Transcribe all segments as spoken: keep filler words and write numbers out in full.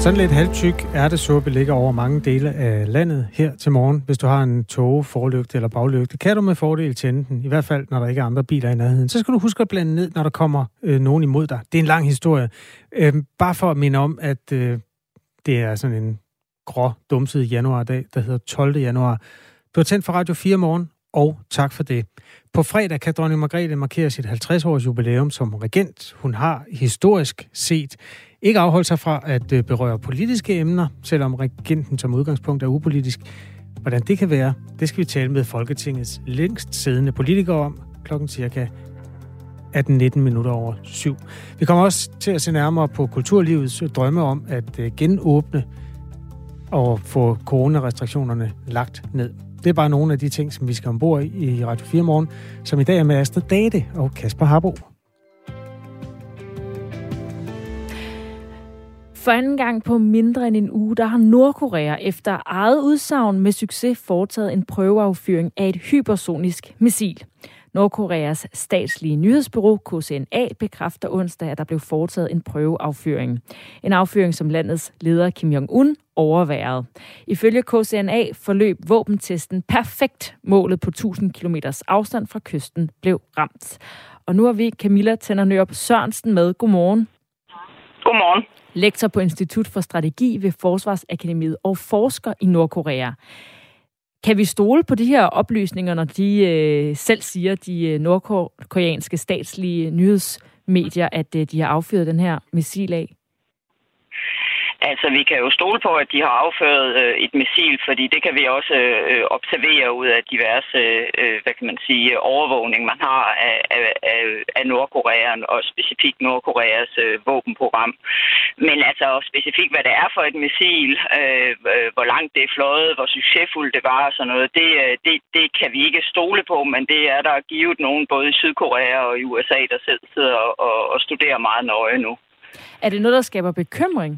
Sådan lidt halvtyk ærtesuppe ligger over mange dele af landet her til morgen. Hvis du har en tog, forlygte eller baglygte, kan du med fordel tænde den. I hvert fald, når der ikke er andre biler i nærheden. Så skal du huske at blande ned, når der kommer øh, nogen imod dig. Det er en lang historie. Øh, bare for at minde om, at øh, det er sådan en grå, dumset januardag, der hedder tolvte januar. Du har tændt for Radio fire morgen, og tak for det. På fredag kan dronning Margrethe markere sit halvtreds-års jubilæum som regent. Hun har historisk set ikke afholdt sig fra at berøre politiske emner, selvom regenten som udgangspunkt er upolitisk. Hvordan det kan være, det skal vi tale med Folketingets længst siddende politikere om klokken cirka atten nitten minutter over syv. Vi kommer også til at se nærmere på kulturlivets drømme om at genåbne og få coronarestriktionerne lagt ned. Det er bare nogle af de ting, som vi skal ombord i i Radio fire morgen, som i dag er med Astrid Date og Kasper Harbo. For anden gang på mindre end en uge, der har Nordkorea efter eget udsagn med succes foretaget en prøveaffyring af et hypersonisk missil. Nordkoreas statslige nyhedsbureau K C N A bekræfter onsdag, at der blev foretaget en prøveaffyring. En affyring, som landets leder Kim Jong-un overværede. Ifølge K C N A forløb våbentesten perfekt. Målet på tusind kilometers afstand fra kysten blev ramt. Og nu har vi Camilla Tenner Sørensen med. Godmorgen. Godmorgen. Lektor på Institut for Strategi ved Forsvarsakademiet og forsker i Nordkorea. Kan vi stole på de her oplysninger, når de øh, selv siger, de øh, nordkoreanske statslige nyhedsmedier, at øh, de har affyret den her missil af? Altså, vi kan jo stole på, at de har affyret øh, et missil, fordi det kan vi også øh, observere ud af diverse, øh, hvad kan man sige, overvågning, man har af, af, af, af Nordkorea og specifikt Nordkoreas øh, våbenprogram. Men altså specifikt, hvad det er for et missil, øh, hvor langt det er fløjet, hvor succesfuldt det var og sådan noget, det, det, det kan vi ikke stole på, men det er der givet nogen både i Sydkorea og i U S A, der selv sidder og, og studerer meget nøje nu. Er det noget, der skaber bekymring?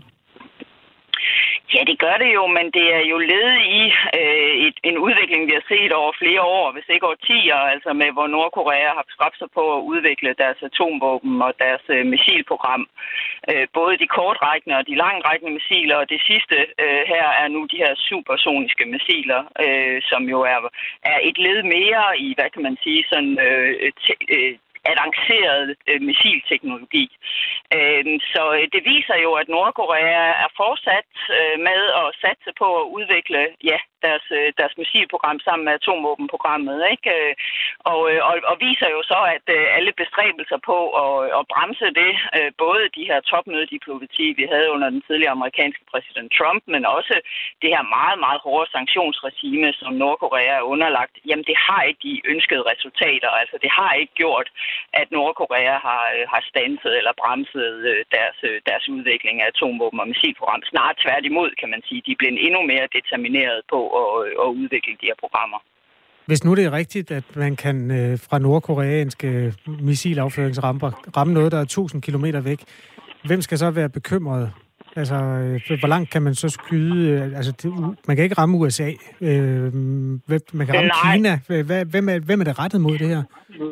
Ja, det gør det jo, men det er jo led i øh, et, en udvikling, vi har set over flere år, hvis ikke årtier, altså med hvor Nordkorea har bestræbt sig på at udvikle deres atomvåben og deres øh, missilprogram. Øh, både de kortrækkende og de langrækkende missiler, og det sidste øh, her er nu de her supersoniske missiler, øh, som jo er, er et led mere i, hvad kan man sige, sådan øh, t- øh, avanceret øh, missilteknologi. Øh, så det viser jo, at Nordkorea er fortsat øh, med at satse på at udvikle ja, deres, øh, deres missilprogram sammen med atomvåbenprogrammet, ikke? Og, øh, og, og viser jo så, at øh, alle bestræbelser på at, at bremse det, øh, både de her topmødediplomati, vi havde under den tidligere amerikanske præsident Trump, men også det her meget, meget hårde sanktionsregime, som Nordkorea er underlagt, jamen det har ikke de ønskede resultater. Altså det har ikke gjort, at Nordkorea har, har standset eller bremset deres, deres udvikling af atomvåben og missilprogram. Snart tværtimod, kan man sige. De er blevet endnu mere determineret på at, at udvikle de her programmer. Hvis nu det er rigtigt, at man kan fra nordkoreanske missilaffyringsramper ramme noget, der er tusind kilometer væk, hvem skal så være bekymret? Altså, hvor langt kan man så skyde? Altså, det, man kan ikke ramme U S A. Øh, man kan ramme Nej. Kina. Hvem er, hvem er det rettet mod det her?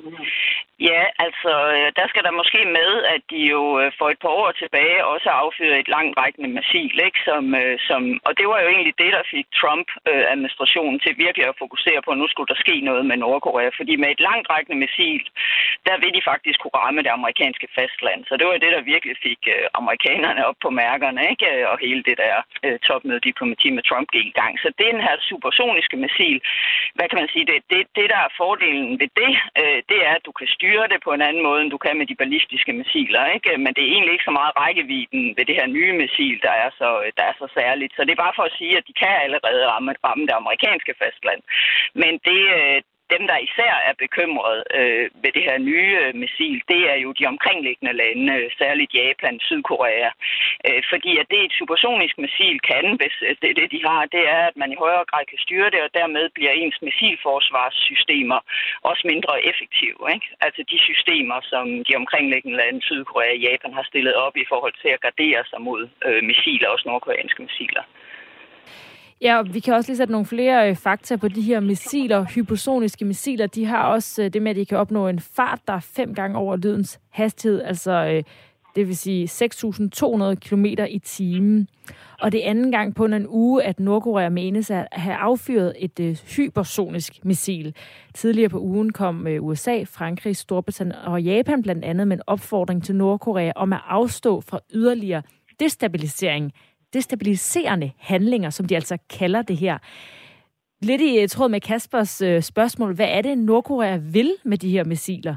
Ja, altså, der skal der måske med, at de jo for et par år tilbage også affyrede et langtrækkende missil, ikke? Som, som, og det var jo egentlig det, der fik Trump-administrationen til virkelig at fokusere på, at nu skulle der ske noget med Nordkorea. Fordi med et langtrækkende missil, der vil de faktisk kunne ramme det amerikanske fastland. Så det var det, der virkelig fik amerikanerne op på mærkerne, ikke? Og hele det der topmødediplomati med Trump gik i gang. Så det er den her supersoniske missil. Hvad kan man sige? Det, det, det der er fordelen ved det, det er, at du kan styre det på en anden måde, end du kan med de ballistiske missiler, ikke? Men det er egentlig ikke så meget rækkevidden ved det her nye missil, der er så, der er så særligt. Så det er bare for at sige, at de kan allerede ramme, ramme det amerikanske fastland. Men det, dem, der især er bekymret øh, ved det her nye øh, missil, det er jo de omkringliggende lande, øh, særligt Japan, Sydkorea. Øh, fordi at det et supersonisk missil kan, hvis det er det, de har, det er, at man i højere grad kan styre det, og dermed bliver ens missilforsvarssystemer også mindre effektive, ikke? Altså de systemer, som de omkringliggende lande, Sydkorea og Japan, har stillet op i forhold til at gardere sig mod øh, missiler, også nordkoreanske missiler. Ja, og vi kan også lige sætte nogle flere øh, fakta på de her missiler. Hypersoniske missiler, de har også øh, det med, at de kan opnå en fart, der er fem gange over lydens hastighed. Altså, øh, det vil sige seks tusind to hundrede kilometer i timen. Og det er anden gang på en uge, at Nordkorea menes at have affyret et øh, hypersonisk missil. Tidligere på ugen kom øh, U S A, Frankrig, Storbritannien og Japan blandt andet med en opfordring til Nordkorea om at afstå fra yderligere destabilisering. Destabiliserende handlinger, som de altså kalder det her. Lidt i tråd med Kaspers øh, spørgsmål, hvad er det, Nordkorea vil med de her missiler?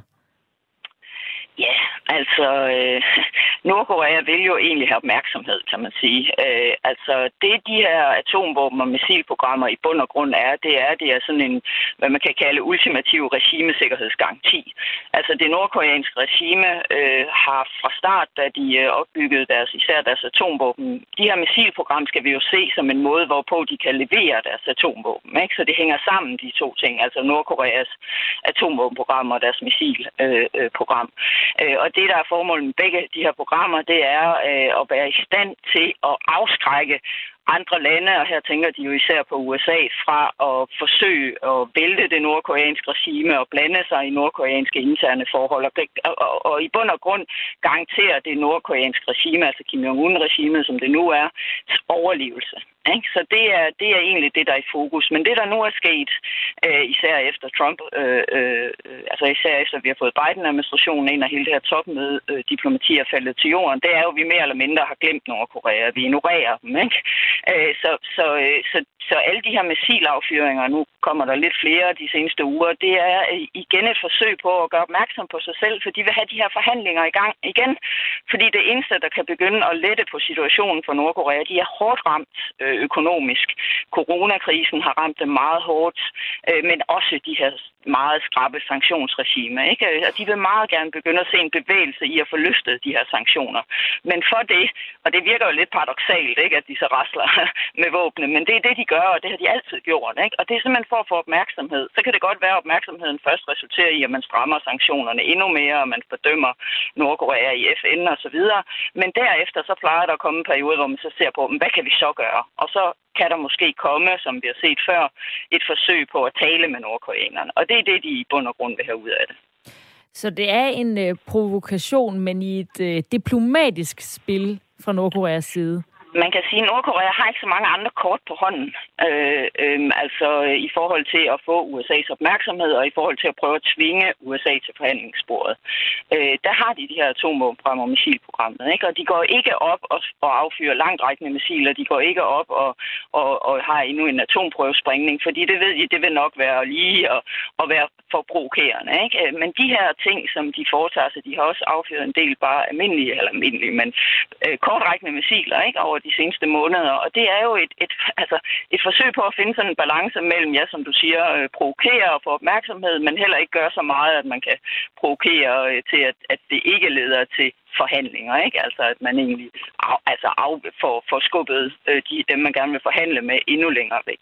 Ja, altså øh, Nordkorea vil jo egentlig have opmærksomhed, kan man sige. Øh, altså det, de her atomvåben- og missilprogrammer i bund og grund er, det er, det er sådan en, hvad man kan kalde ultimativ regimesikkerhedsgaranti. Altså det nordkoreanske regime øh, har fra start, da de øh, opbyggede deres, især deres atomvåben, de her missilprogram skal vi jo se som en måde, hvorpå de kan levere deres atomvåben. Ikke? Så det hænger sammen, de to ting, altså Nordkoreas atomvåbenprogram og deres missilprogram. Øh, og det, der er formålet med begge de her programmer, det er øh, at være i stand til at afskrække andre lande, og her tænker de jo især på U S A, fra at forsøge at vælte det nordkoreanske regime og blande sig i nordkoreanske interne forhold. Og, og, og i bund og grund garanterer det nordkoreanske regime, altså Kim Jong-un-regimet, som det nu er, overlevelse. Ikke? Så det er, det er egentlig det, der er i fokus. Men det, der nu er sket, øh, især efter Trump, øh, øh, altså især efter vi har fået Biden-administrationen ind, og hele det her topmøde, øh, diplomati er faldet til jorden, det er jo, at vi mere eller mindre har glemt Nordkorea. Vi ignorerer dem, ikke? Øh, så, så, øh, så, så alle de her missilaffyringer, nu kommer der lidt flere de seneste uger, det er igen et forsøg på at gøre opmærksom på sig selv, for de vil have de her forhandlinger i gang igen. Fordi det eneste, der kan begynde at lette på situationen for Nordkorea, de er hårdt ramt øh, økonomisk. Coronakrisen har ramt dem meget hårdt, øh, men også de her meget skrappe sanktionsregime. Ikke? Og de vil meget gerne begynde at se en bevægelse i at få løftet de her sanktioner. Men for det, og det virker jo lidt paradoksalt, ikke, at de så rasler med våbne, men det er det, de gør, og det har de altid gjort. Ikke? Og det er simpelthen for at få opmærksomhed. Så kan det godt være, at opmærksomheden først resulterer i, at man strammer sanktionerne endnu mere, og man fordømmer Nordkorea i F N og så videre. Men derefter så plejer der at komme en periode, hvor man så ser på, hvad kan vi så gøre? Og så kan der måske komme, som vi har set før, et forsøg på at tale med nordkoreanerne. Og det er det, de i bund og grund vil have ud af det. Så det er en øh, provokation, men i et øh, diplomatisk spil fra Nordkoreas side? Man kan sige, at Nordkorea har ikke så mange andre kort på hånden, øh, øh, altså øh, i forhold til at få U S A's opmærksomhed og i forhold til at prøve at tvinge U S A til forhandlingsbordet. Øh, der har de de her atomvåbenprogrammer og missilprogrammet, ikke? Og de går ikke op og, og affyrer langtrækkende missiler, de går ikke op og, og, og har endnu en atomprøvesprængning, fordi det ved de, det vil nok være lige og, og være for provokerende, ikke? Men de her ting, som de foretager sig, de har også affyret en del bare almindelige, eller almindelige, men øh, kortrækkende missiler, ikke? Over de seneste måneder, og det er jo et, et, altså et forsøg på at finde sådan en balance mellem, ja, som du siger, øh, provokere og få opmærksomhed, men heller ikke gøre så meget, at man kan provokere øh, til, at, at det ikke leder til forhandlinger, ikke? Altså at man egentlig af, altså af, får, får skubbet øh, de, dem, man gerne vil forhandle med, endnu længere væk.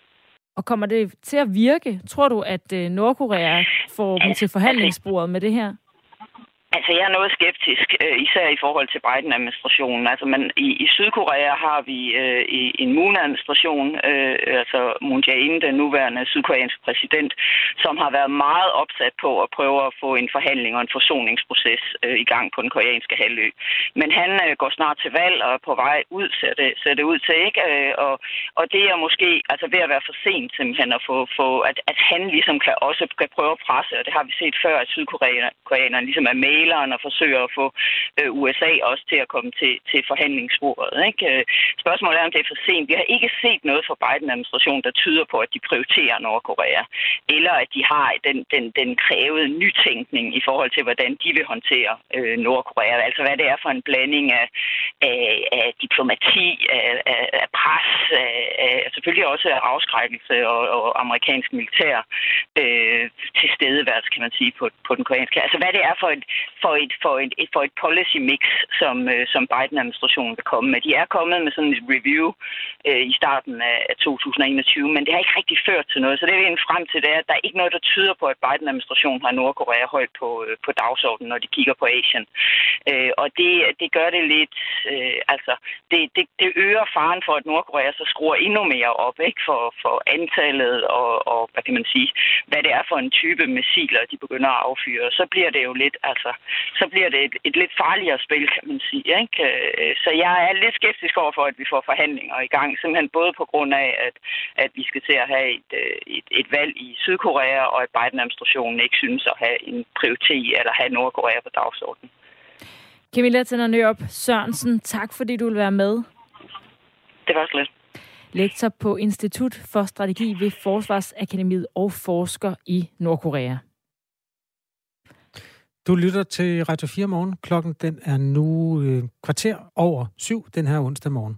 Og kommer det til at virke? Tror du, at øh, Nordkorea får dem til forhandlingsbordet med det her? Altså, jeg er noget skeptisk, øh, især i forhold til Biden-administrationen. Altså, man, i, i Sydkorea har vi øh, en Moon-administration, øh, altså Moon Jae-in, den nuværende sydkoreanske præsident, som har været meget opsat på at prøve at få en forhandling og en forsoningsproces øh, i gang på den koreanske halvø. Men han øh, går snart til valg og er på vej ud, ser det, ser det ud til, ikke? Øh, og, og det er måske altså ved at være for sent simpelthen at få, få at, at han ligesom kan også kan prøve at presse, og det har vi set før, at sydkoreanerne ligesom er med og forsøger at få øh, U S A også til at komme til, til forhandlingsbordet. Ikke? Spørgsmålet er, om det er for sent. Vi har ikke set noget fra Biden-administrationen, der tyder på, at de prioriterer Nordkorea, eller at de har den, den, den krævede nytænkning i forhold til, hvordan de vil håndtere øh, Nordkorea. Altså, hvad det er for en blanding af, af, af diplomati, af, af, af pres, af, af, selvfølgelig også af afskrækkelse og, og amerikansk militær øh, tilstedeværelse, kan man sige, på, på den koreanske. Altså, hvad det er for et for et, for et, for et policy mix, som, øh, som Biden-administrationen vil komme med. De er kommet med sådan et review øh, i starten af to tusind enogtyve, men det har ikke rigtig ført til noget. Så det vi er frem til, det er, at der er ikke noget, der tyder på, at Biden-administrationen har Nordkorea højt på, øh, på dagsordenen, når de kigger på Asien. Øh, og det, det gør det lidt øh, altså, det, det, det øger faren for, at Nordkorea så skruer endnu mere op, ikke? For, for antallet og, og, hvad kan man sige, hvad det er for en type missiler, de begynder at affyre. Så bliver det jo lidt, altså, så bliver det et, et lidt farligere spil, kan man sige, ikke? Så jeg er lidt skeptisk over for, at vi får forhandlinger i gang, simpelthen både på grund af, at, at vi skal til at have et, et, et valg i Sydkorea, og at Biden-administrationen ikke synes at have en prioritet eller have Nordkorea på dagsordenen. Camilla Tenner Nørup Sørensen, tak fordi du vil være med. Det var så lidt. Lektor på Institut for Strategi ved Forsvarsakademiet og forsker i Nordkorea. Du lytter til Radio fire morgen. Klokken den er nu øh, kvarter over syv den her onsdag morgen.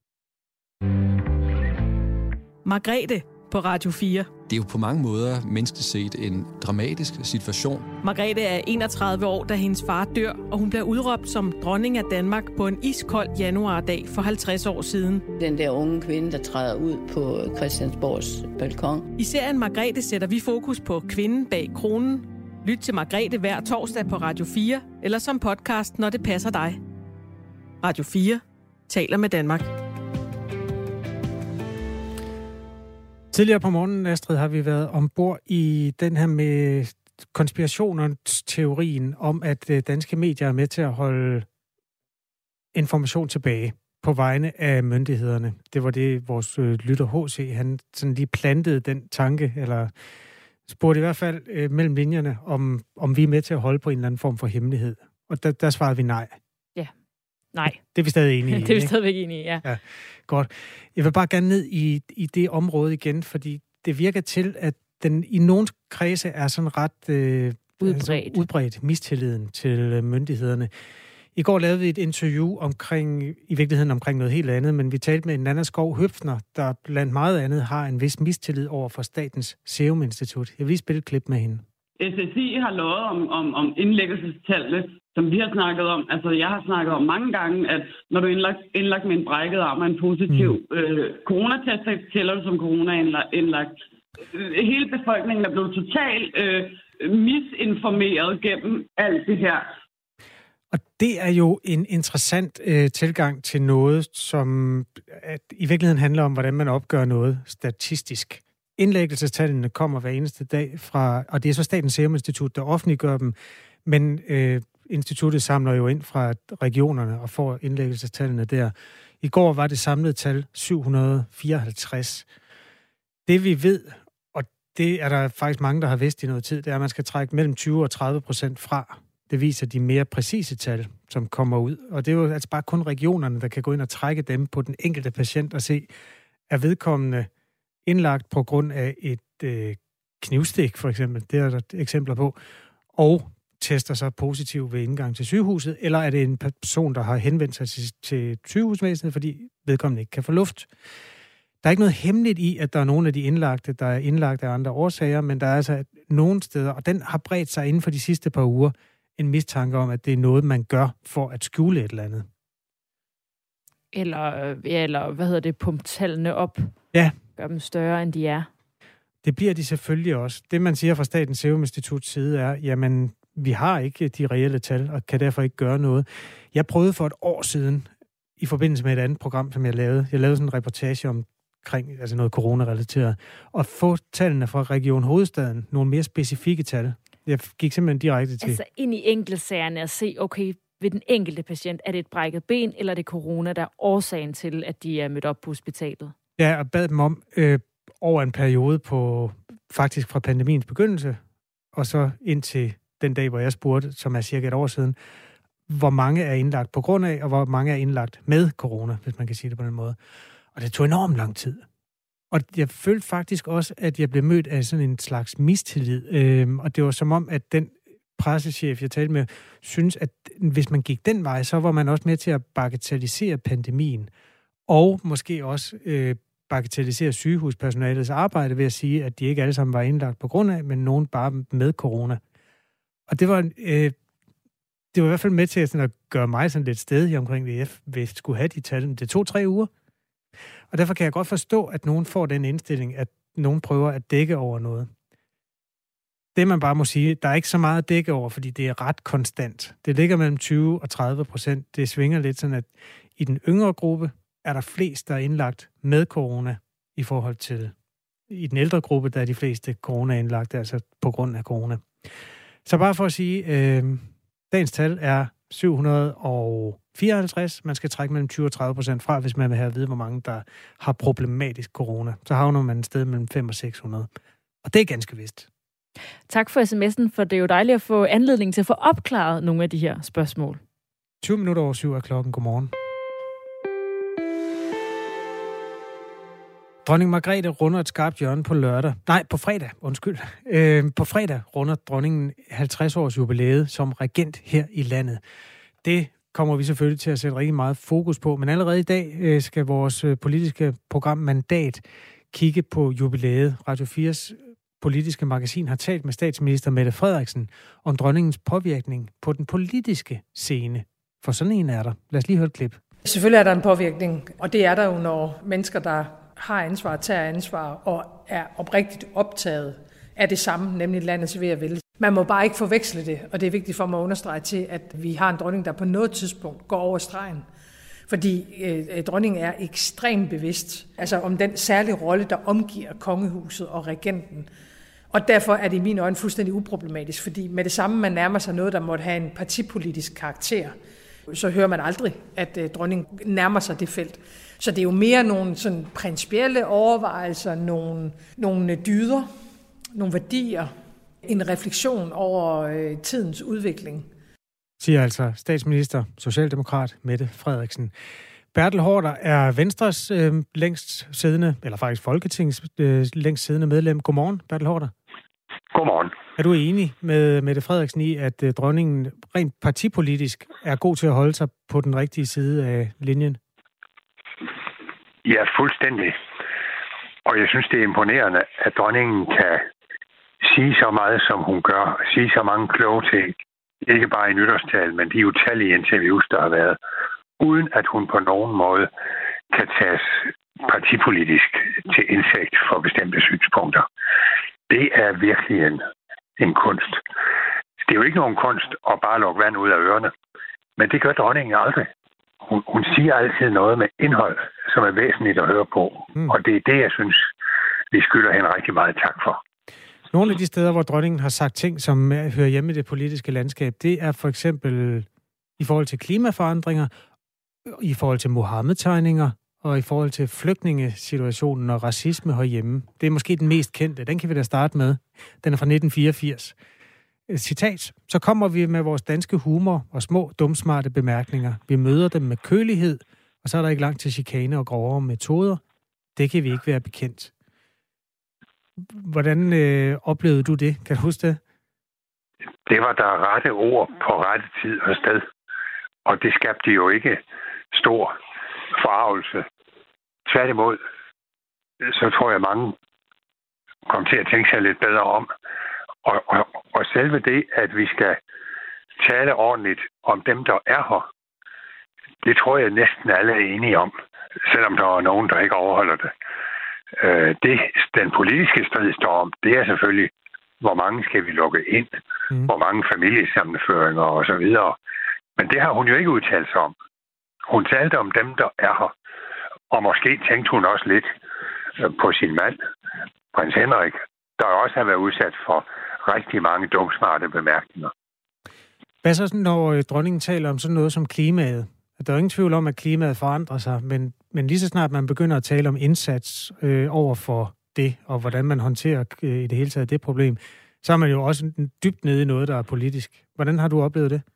Margrethe på Radio fire. Det er jo på mange måder menneskeligt set en dramatisk situation. Margrethe er enogtredive år, da hendes far dør, og hun bliver udråbt som dronning af Danmark på en iskold januardag for halvtreds år siden. Den der unge kvinde, der træder ud på Christiansborgs balkon. I serien Margrethe sætter vi fokus på kvinden bag kronen. Lyt til Margrethe hver torsdag på Radio fire, eller som podcast, når det passer dig. Radio fire taler med Danmark. Tidligere på morgenen, Astrid, har vi været ombord i den her med konspirationsteorien om, at danske medier er med til at holde information tilbage på vegne af myndighederne. Det var det, vores lytter H C, han sådan lige plantede den tanke, eller spurgte i hvert fald øh, mellem linjerne, om, om vi er med til at holde på en eller anden form for hemmelighed. Og der, der svarede vi nej. Ja, nej. Det er vi stadig enige i. Det er vi stadigvæk enige i, ja. Ja. Godt. Jeg vil bare gerne ned i, i det område igen, fordi det virker til, at den i nogle kredse er sådan ret øh, udbredt. Altså, udbredt mistilliden til myndighederne. I går lavede vi et interview omkring, i virkeligheden omkring noget helt andet, men vi talte med en Nanna Skov Høpfner, der blandt meget andet har en vis mistillid over for Statens Serum Institut. Jeg vil lige spille et klip med hende. S S I har lovet om, om, om indlæggelsestallene, som vi har snakket om. Altså, jeg har snakket om mange gange, at når du er indlagt, indlagt med en brækket arm og en positiv mm. øh, coronatest, så tæller du som corona-indlagt. Hele befolkningen er blevet totalt øh, misinformeret gennem alt det her. Og det er jo en interessant øh, tilgang til noget, som at i virkeligheden handler om, hvordan man opgør noget statistisk. Indlæggelsestallene kommer hver eneste dag fra, og det er så Statens Serum Institut, der offentliggør dem, men øh, instituttet samler jo ind fra regionerne og får indlæggelsestallene der. I går var det samlede tal syv hundrede fireoghalvtreds. Det vi ved, og det er der faktisk mange, der har vidst i noget tid, det er, at man skal trække mellem tyve og tredive procent fra. Det viser de mere præcise tal, som kommer ud. Og det er jo altså bare kun regionerne, der kan gå ind og trække dem på den enkelte patient og se, er vedkommende indlagt på grund af et øh, knivstik, for eksempel. Det er der eksempler på. Og tester sig positiv ved indgang til sygehuset, eller er det en person, der har henvendt sig til, til sygehusvæsenet, fordi vedkommende ikke kan få luft. Der er ikke noget hemmeligt i, at der er nogle af de indlagte, der er indlagt af andre årsager, men der er altså nogle steder, og den har bredt sig inden for de sidste par uger, en mistanke om, at det er noget, man gør for at skjule et eller andet. Eller, eller hvad hedder det, pumpe tallene op. Ja. Gør dem større, end de er. Det bliver de selvfølgelig også. Det, man siger fra Statens Serum Instituts side er, jamen, vi har ikke de reelle tal, og kan derfor ikke gøre noget. Jeg prøvede for et år siden, i forbindelse med et andet program, som jeg lavede, jeg lavede sådan en reportage omkring, altså noget corona-relateret, og få tallene fra Region Hovedstaden, nogle mere specifikke tal. Jeg gik simpelthen direkte til... Altså ind i enkeltsagerne og se, okay, ved den enkelte patient, er det et brækket ben, eller er det corona, der er årsagen til, at de er mødt op på hospitalet? Ja, og bad dem om øh, over en periode på, faktisk fra pandemiens begyndelse, og så indtil den dag, hvor jeg spurgte, som er cirka et år siden, hvor mange er indlagt på grund af, og hvor mange er indlagt med corona, hvis man kan sige det på den måde. Og det tog enormt lang tid. Og jeg følte faktisk også, at jeg blev mødt af sådan en slags mistillid. Øhm, og det var som om, at den pressechef, jeg talte med, synes, at hvis man gik den vej, så var man også med til at bagatellisere pandemien. Og måske også øh, bagatellisere sygehuspersonalets arbejde ved at sige, at de ikke alle sammen var indlagt på grund af, men nogen bare med corona. Og det var, øh, det var i hvert fald med til at, sådan, at gøre mig sådan lidt stedig omkring det, hvis jeg skulle have de tal. Det tog tre uger. Og derfor kan jeg godt forstå, at nogen får den indstilling, at nogen prøver at dække over noget. det man bare må sige, der er ikke så meget at dække over, fordi det er ret konstant. Det ligger mellem tyve og tredive procent. Det svinger lidt sådan, at i den yngre gruppe er der flest, der er indlagt med corona i forhold til i den ældre gruppe, der er de fleste corona-indlagt, altså på grund af corona. Så bare for at sige, øh, dagens tal er syv hundrede fireoghalvtreds. Man skal trække mellem tyve og tredive procent fra, hvis man vil have at vide, hvor mange der har problematisk corona. Så havner man et sted mellem fem og seks hundrede. Og det er ganske vist. Tak for sms'en, for det er jo dejligt at få anledning til at få opklaret nogle af de her spørgsmål. tyve minutter over syv er klokken. Godmorgen. Dronning Margrethe runder et skarpt hjørne på lørdag. Nej, på fredag, undskyld. Øh, på fredag runder dronningen halvtreds års jubilæet som regent her i landet. Det kommer vi selvfølgelig til at sætte rigtig meget fokus på, men allerede i dag øh, skal vores politiske program Mandat kigge på jubilæet. Radio fires politiske magasin har talt med statsminister Mette Frederiksen om dronningens påvirkning på den politiske scene. For sådan en er der. Lad os lige høre et klip. Selvfølgelig er der en påvirkning, og det er der jo, når mennesker, der har ansvar, tager ansvar og er oprigtigt optaget af det samme, nemlig landets ved at vælge. Man må bare ikke forveksle det, og det er vigtigt for mig at understrege til, at vi har en dronning, der på noget tidspunkt går over stregen. Fordi øh, dronningen er ekstremt bevidst altså om den særlige rolle, der omgiver kongehuset og regenten. Og derfor er det i mine øjne fuldstændig uproblematisk, fordi med det samme, man nærmer sig noget, der måtte have en partipolitisk karakter, så hører man aldrig, at øh, dronningen nærmer sig det felt. Så det er jo mere nogle sådan principielle overvejelser, nogle, nogle dyder, nogle værdier, en refleksion over øh, tidens udvikling. Siger altså statsminister, socialdemokrat Mette Frederiksen. Bertel Haarder er Venstres øh, længst siddende, eller faktisk Folketingets øh, længst siddende medlem. Godmorgen, Bertel Haarder. Godmorgen. Er du enig med Mette Frederiksen i, at øh, dronningen rent partipolitisk er god til at holde sig på den rigtige side af linjen? Ja, fuldstændig. Og jeg synes, det er imponerende, at dronningen kan sige så meget, som hun gør. Sige så mange kloge ting. Ikke bare i nytårstalen, men de utallige interviews, der har været. Uden at hun på nogen måde kan tages partipolitisk til indsigt for bestemte synspunkter. Det er virkelig en, en kunst. Det er jo ikke nogen kunst at bare lukke vand ud af ørerne. Men det gør dronningen aldrig. Hun, hun siger altid noget med indhold, som er væsentligt at høre på. Mm. Og det er det, jeg synes, vi skylder hende rigtig meget tak for. Nogle af de steder, hvor dronningen har sagt ting, som hører hjemme i det politiske landskab, det er for eksempel i forhold til klimaforandringer, i forhold til Mohammed-tegninger og i forhold til flygtningesituationen og racisme herhjemme. Det er måske den mest kendte. Den kan vi da starte med. Den er fra nitten fireogfirs. Citat. Så kommer vi med vores danske humor og små, dumsmarte bemærkninger. Vi møder dem med kølighed, og så er der ikke langt til chikane og grovere metoder. Det kan vi ikke være bekendt. Hvordan øh, oplevede du det? Kan du huske det? Det var der rette ord på rette tid og sted. Og det skabte jo ikke stor forarvelse. Tværtimod, så tror jeg, mange kom til at tænke sig lidt bedre om. Og, og, og selve det, at vi skal tale ordentligt om dem, der er her, det tror jeg næsten alle er enige om, selvom der er nogen, der ikke overholder det. Det, den politiske strid står om, det er selvfølgelig, hvor mange skal vi lukke ind, mm. hvor mange familiesammenføringer og så videre. Men det har hun jo ikke udtalt sig om. Hun talte om dem, der er her. Og måske tænkte hun også lidt på sin mand, prins Henrik, der også har været udsat for rigtig mange dumsmarte bemærkninger. Hvad så, når dronningen taler om sådan noget som klimaet? Der er ingen tvivl om, at klimaet forandrer sig, men, men lige så snart man begynder at tale om indsats øh, over for det, og hvordan man håndterer øh, i det hele taget det problem, så er man jo også dybt nede i noget, der er politisk. Hvordan har du oplevet det?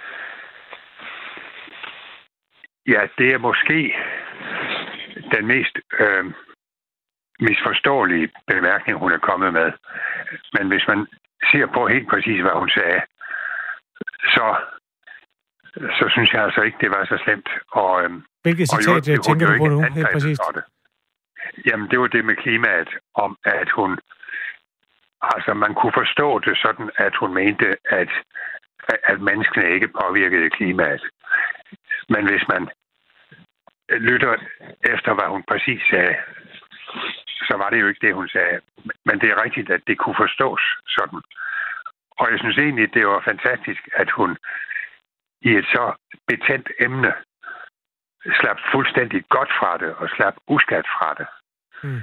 Ja, det er måske den mest øh, misforståelige bemærkning, hun er kommet med. Men hvis man ser på helt præcis, hvad hun sagde, så... så synes jeg altså ikke, det var så slemt. Og, øhm, Hvilket citat og jo, tænker du på nu, helt præcist? Jamen, det var det med klimaet, om at hun... Altså, man kunne forstå det sådan, at hun mente, at, at menneskene ikke påvirkede klimaet. Men hvis man lytter efter, hvad hun præcis sagde, så var det jo ikke det, hun sagde. Men det er rigtigt, at det kunne forstås sådan. Og jeg synes egentlig, det var fantastisk, at hun i et så betændt emne slap fuldstændig godt fra det, og slap uskat fra det. Mm.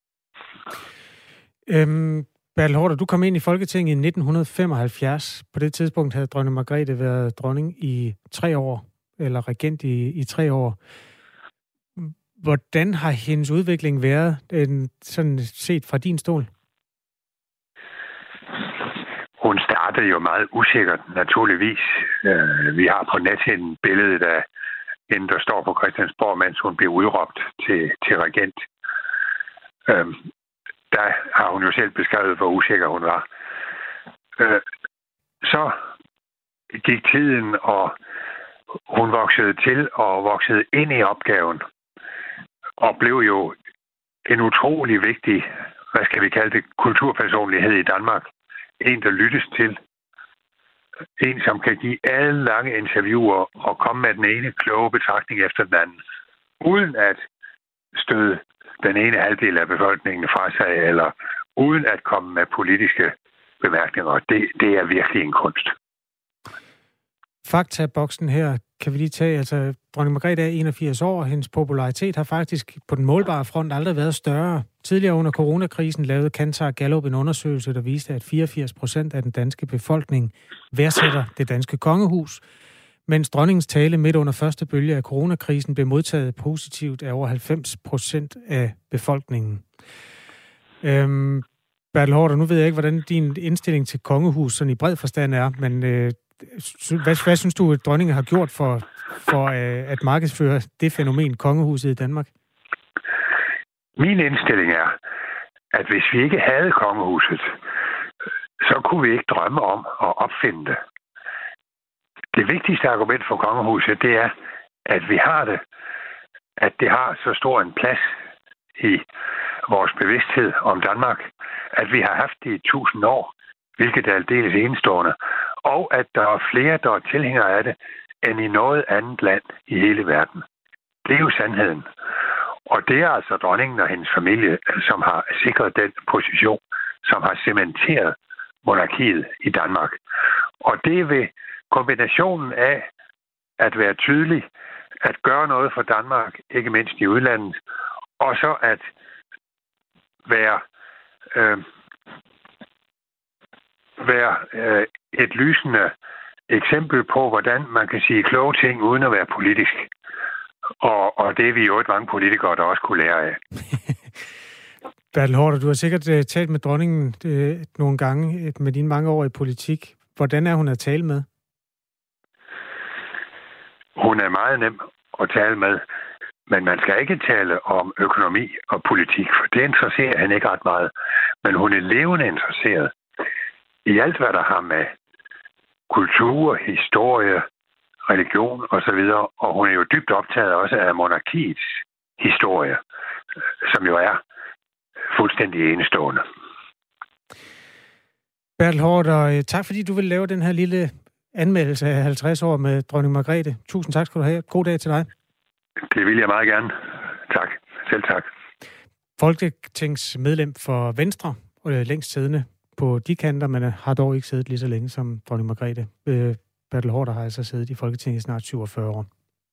Øhm, Bertel Haarder, du kom ind i Folketinget i nitten femoghalvfjerds. På det tidspunkt havde dronning Margrethe været dronning i tre år, eller regent i, i tre år. Hvordan har hendes udvikling været, sådan set fra din stol? Hun startede jo meget usikkert, naturligvis. Vi har på nethinden billedet af hende, der står på Christiansborg, mens hun blev udråbt til, til regent. Der har hun jo selv beskrevet, hvor usikker hun var. Så gik tiden, og hun voksede til og voksede ind i opgaven. Og blev jo en utrolig vigtig, hvad skal vi kalde det, kulturpersonlighed i Danmark. En, der lyttes til. En, som kan give alle lange interviewer og komme med den ene kloge betragtning efter den anden. Uden at støde den ene halvdel af befolkningen fra sig, eller uden at komme med politiske bemærkninger. Det, det er virkelig en kunst. Fakta-boksen her kan vi lige tage. Altså, dronning Margrethe er enogfirs år, og hendes popularitet har faktisk på den målbare front aldrig været større. Tidligere under coronakrisen lavede Kantar Gallup en undersøgelse, der viste, at fireogfirs procent af den danske befolkning værdsætter det danske kongehus, mens dronningens tale midt under første bølge af coronakrisen blev modtaget positivt af over halvfems procent af befolkningen. Øhm, Bertel Haarder, nu ved jeg ikke, hvordan din indstilling til kongehus sådan i bred forstand er, men øh, hvad, hvad synes du, at dronningen har gjort for, for øh, at markedsføre det fænomen, kongehuset i Danmark? Min indstilling er, at hvis vi ikke havde kongehuset, så kunne vi ikke drømme om at opfinde det. Det vigtigste argument for kongehuset, det er, at vi har det, at det har så stor en plads i vores bevidsthed om Danmark, at vi har haft det i tusind år, hvilket er aldeles enestående, og at der er flere, der er tilhængere af det, end i noget andet land i hele verden. Det er jo sandheden. Og det er altså dronningen og hendes familie, som har sikret den position, som har cementeret monarkiet i Danmark. Og det er ved kombinationen af at være tydelig, at gøre noget for Danmark, ikke mindst i udlandet, og så at være, øh, være øh, et lysende eksempel på, hvordan man kan sige kloge ting uden at være politisk. Og, og det er vi jo et mange politikere, der også kunne lære af. Bertel Haarder, du har sikkert uh, talt med dronningen uh, nogle gange med dine mange år i politik. Hvordan er hun at tale med? Hun er meget nem at tale med, men man skal ikke tale om økonomi og politik, for det interesserer hende ikke ret meget. Men hun er levende interesseret i alt, hvad der har med kultur, historie, religion og så videre, og hun er jo dybt optaget også af monarkiets historie, som jo er fuldstændig enestående. Bertel Haarder, tak fordi du vil lave den her lille anmeldelse af halvtreds år med dronning Margrethe. Tusind tak skal du have. God dag til dig. Det vil jeg meget gerne. Tak. Selv tak. Folketingsmedlem for Venstre, og længst siddende på de kanter, men har dog ikke siddet lige så længe som dronning Margrethe. Bertel Haarder har altså siddet i Folketinget i snart syvogfyrre år.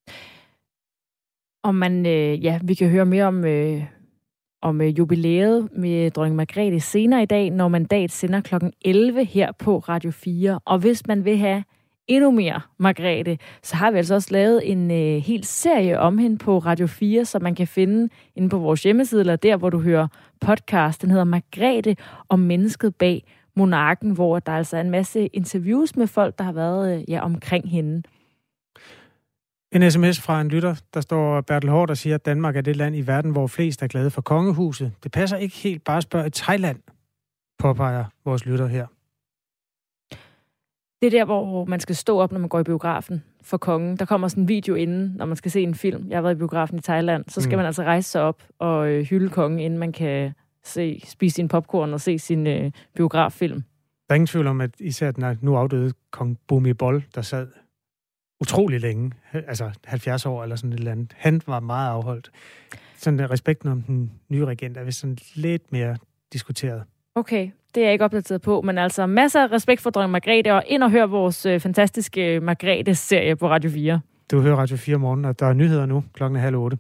Og man, øh, ja, vi kan høre mere om, øh, om øh, jubilæet med dronning Margrethe senere i dag, når mandat sender klokken elleve her på Radio fire. Og hvis man vil have endnu mere Margrethe, så har vi altså også lavet en øh, hel serie om hende på Radio fire, som man kan finde inde på vores hjemmeside, eller der, hvor du hører podcast. Den hedder Margrethe og mennesket bag monarken, hvor der altså er en masse interviews med folk, der har været ja, omkring hende. En sms fra en lytter, der står Bertel Haarder, der siger, at Danmark er det land i verden, hvor flest er glade for kongehuset. Det passer ikke helt, bare spørg i Thailand, påpeger vores lytter her. Det er der, hvor man skal stå op, når man går i biografen for kongen. Der kommer sådan en video inden, når man skal se en film. Jeg har været i biografen i Thailand. Så skal mm. man altså rejse sig op og øh, hylde kongen, inden man kan se, spise sin popcorn og se sin øh, biograffilm. Der er ingen tvivl om, at især den nu afdøde kong Bhumibol, der sad utrolig længe, altså halvfjerds år eller sådan et eller andet, han var meget afholdt. sådan respekten om den nye regent er vist sådan lidt mere diskuteret. Okay, det er jeg ikke opdateret på, men altså masser af respekt for dronning Margrethe, og ind og hør vores øh, fantastiske Margrethe-serie på Radio fire. Du hører Radio fire morgen, og der er nyheder nu klokken halv otte.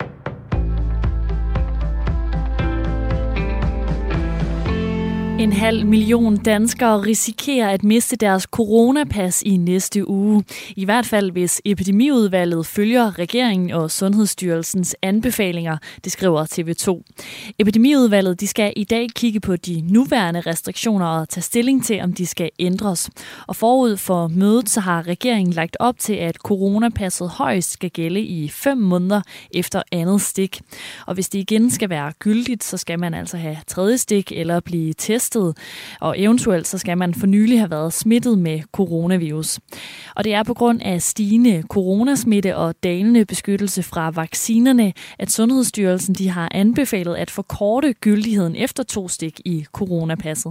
En halv million danskere risikerer at miste deres coronapas i næste uge. I hvert fald hvis epidemiudvalget følger regeringen og Sundhedsstyrelsens anbefalinger, det skriver T V to. Epidemiudvalget de skal i dag kigge på de nuværende restriktioner og tage stilling til, om de skal ændres. Og forud for mødet så har regeringen lagt op til, at coronapasset højst skal gælde i fem måneder efter andet stik. Og hvis det igen skal være gyldigt, så skal man altså have tredje stik eller blive testet. Og eventuelt så skal man for nylig have været smittet med coronavirus. Og det er på grund af stigende coronasmitte og dalende beskyttelse fra vaccinerne, at Sundhedsstyrelsen de har anbefalet at forkorte gyldigheden efter to stik i coronapasset.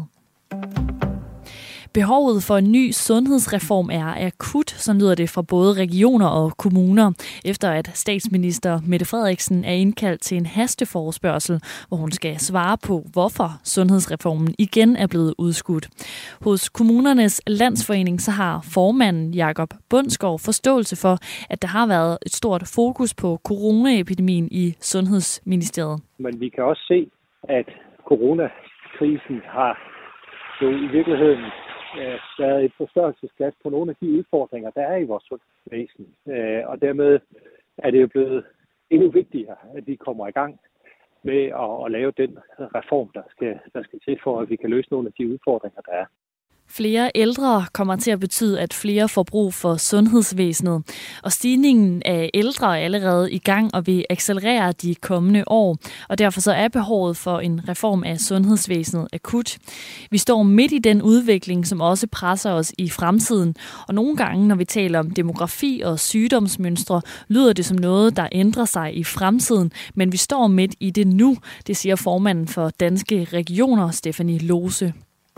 Behovet for en ny sundhedsreform er akut, så lyder det fra både regioner og kommuner, efter at statsminister Mette Frederiksen er indkaldt til en hasteforespørgsel, hvor hun skal svare på, hvorfor sundhedsreformen igen er blevet udskudt. Hos Kommunernes Landsforening så har formanden Jakob Bundsgaard forståelse for, at der har været et stort fokus på coronaepidemien i Sundhedsministeriet. Men vi kan også se, at coronakrisen har jo i virkeligheden været et forstørrelsesglas på nogle af de udfordringer, der er i vores sundhedsvæsen. Og dermed er det jo blevet endnu vigtigere, at vi kommer i gang med at, at lave den reform, der skal, der skal til for, at vi kan løse nogle af de udfordringer, der er. Flere ældre kommer til at betyde, at flere får brug for sundhedsvæsenet. Og stigningen af ældre er allerede i gang og vil accelerere de kommende år. Og derfor så er behovet for en reform af sundhedsvæsenet akut. Vi står midt i den udvikling, som også presser os i fremtiden. Og nogle gange, når vi taler om demografi og sygdomsmønstre, lyder det som noget, der ændrer sig i fremtiden. Men vi står midt i det nu, det siger formanden for Danske Regioner, Stephanie Lose.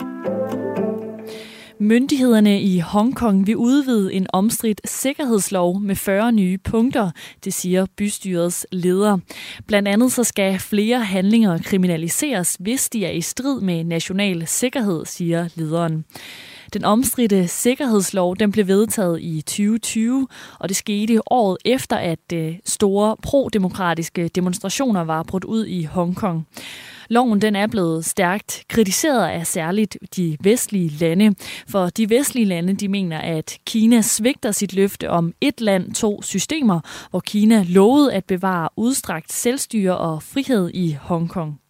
Myndighederne i Hongkong vil udvide en omstridt sikkerhedslov med fyrre nye punkter, det siger bystyrets leder. Blandt andet så skal flere handlinger kriminaliseres, hvis de er i strid med national sikkerhed, siger lederen. Den omstridte sikkerhedslov den blev vedtaget i tyve tyve, og det skete året efter, at store pro-demokratiske demonstrationer var brudt ud i Hongkong. Loven den er blevet stærkt kritiseret af særligt de vestlige lande, for de vestlige lande de mener, at Kina svigter sit løfte om et land, to systemer, hvor Kina lovede at bevare udstrakt selvstyre og frihed i Hongkong.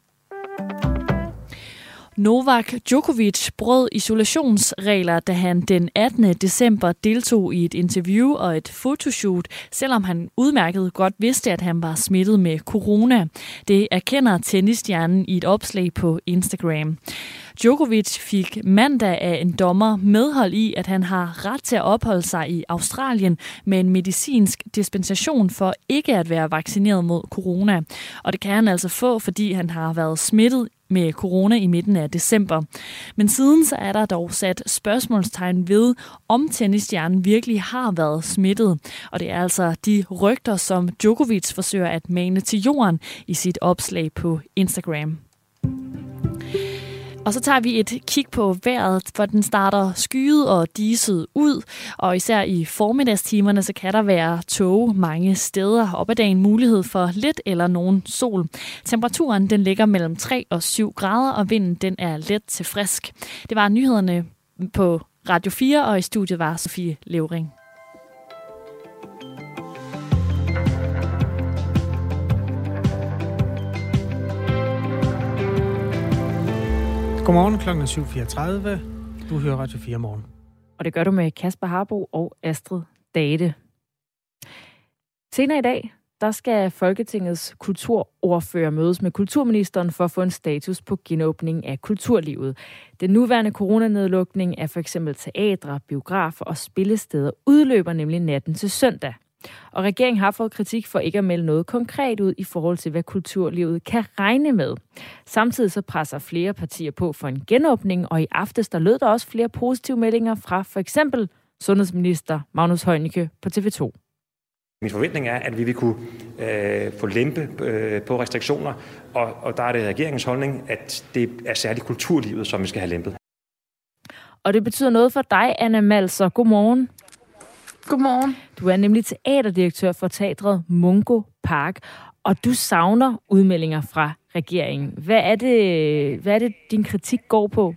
Novak Djokovic brød isolationsregler, da han den attende december deltog i et interview og et fotoshoot, selvom han udmærket godt vidste, at han var smittet med corona. Det erkender tennisstjernen i et opslag på Instagram. Djokovic fik mandag af en dommer medhold i, at han har ret til at opholde sig i Australien med en medicinsk dispensation for ikke at være vaccineret mod corona. Og det kan han altså få, fordi han har været smittet med corona i midten af december. Men siden så er der dog sat spørgsmålstegn ved, om tennisstjernen virkelig har været smittet. Og det er altså de rygter, som Djokovic forsøger at mane til jorden i sit opslag på Instagram. Og så tager vi et kig på vejret, for den starter skyet og diset ud. Og især i formiddagstimerne, så kan der være tåge mange steder. Op ad dagen mulighed for lidt eller nogen sol. Temperaturen den ligger mellem tre og syv grader, og vinden den er let til frisk. Det var nyhederne på Radio fire, og i studiet var Sofie Levering. Godmorgen, klokken er syv fireogtredive. Du hører Radio fire morgen. Og det gør du med Kasper Harbo og Astrid Date. Senere i dag, der skal Folketingets kulturordfører mødes med kulturministeren for at få en status på genåbning af kulturlivet. Den nuværende coronanedlukning af for eksempel teatre, biografer og spillesteder udløber nemlig natten til søndag. Og regeringen har fået kritik for ikke at melde noget konkret ud i forhold til, hvad kulturlivet kan regne med. Samtidig så presser flere partier på for en genåbning, og i aftes der lød der også flere positive meldinger fra for eksempel sundhedsminister Magnus Heunicke på T V to. Min forventning er, at vi vil kunne øh, få lempe øh, på restriktioner, og, og der er det regeringens holdning, at det er særligt kulturlivet, som vi skal have lempet. Og det betyder noget for dig, Anna Malser. Godmorgen. Godmorgen. Du er nemlig teaterdirektør for teatret Mungo Park, og du savner udmeldinger fra regeringen. Hvad er det, hvad er det din kritik går på?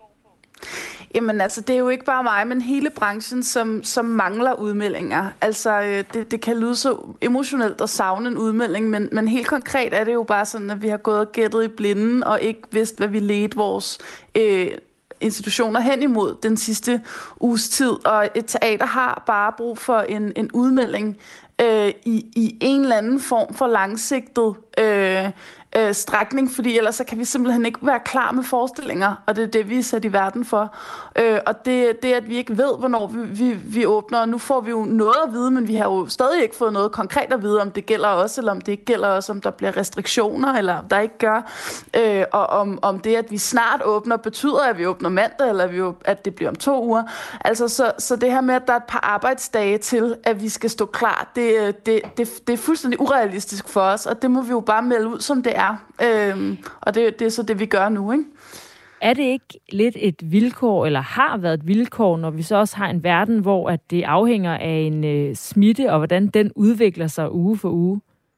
Jamen altså, det er jo ikke bare mig, men hele branchen, som, som mangler udmeldinger. Altså, det, det kan lyde så emotionelt at savne en udmelding, men, men helt konkret er det jo bare sådan, at vi har gået og gættet i blinden, og ikke vidst, hvad vi ledte vores øh, institutioner hen imod den sidste uges tid. Og et teater har bare brug for en, en udmelding øh, i, i en eller anden form for langsigtet øh, øh, strækning, fordi ellers så kan vi simpelthen ikke være klar med forestillinger, og det er det, vi er sat i verden for. Øh, og det, det, at vi ikke ved, hvornår vi, vi, vi åbner, og nu får vi jo noget at vide, men vi har jo stadig ikke fået noget konkret at vide, om det gælder os, eller om det ikke gælder os, om der bliver restriktioner, eller om der ikke gør. Øh, og om, om det, at vi snart åbner, betyder, at vi åbner mandag, eller vi, at det bliver om to uger. Altså, så, så det her med, at der er et par arbejdsdage til, at vi skal stå klar, det, det, det, det er fuldstændig urealistisk for os, og det må vi jo bare melde ud, som det er. Øhm, og det, det er så det, vi gør nu, ikke? Er det ikke lidt et vilkår, eller har været et vilkår, når vi så også har en verden, hvor at det afhænger af en øh, smitte, og hvordan den udvikler sig uge for uge?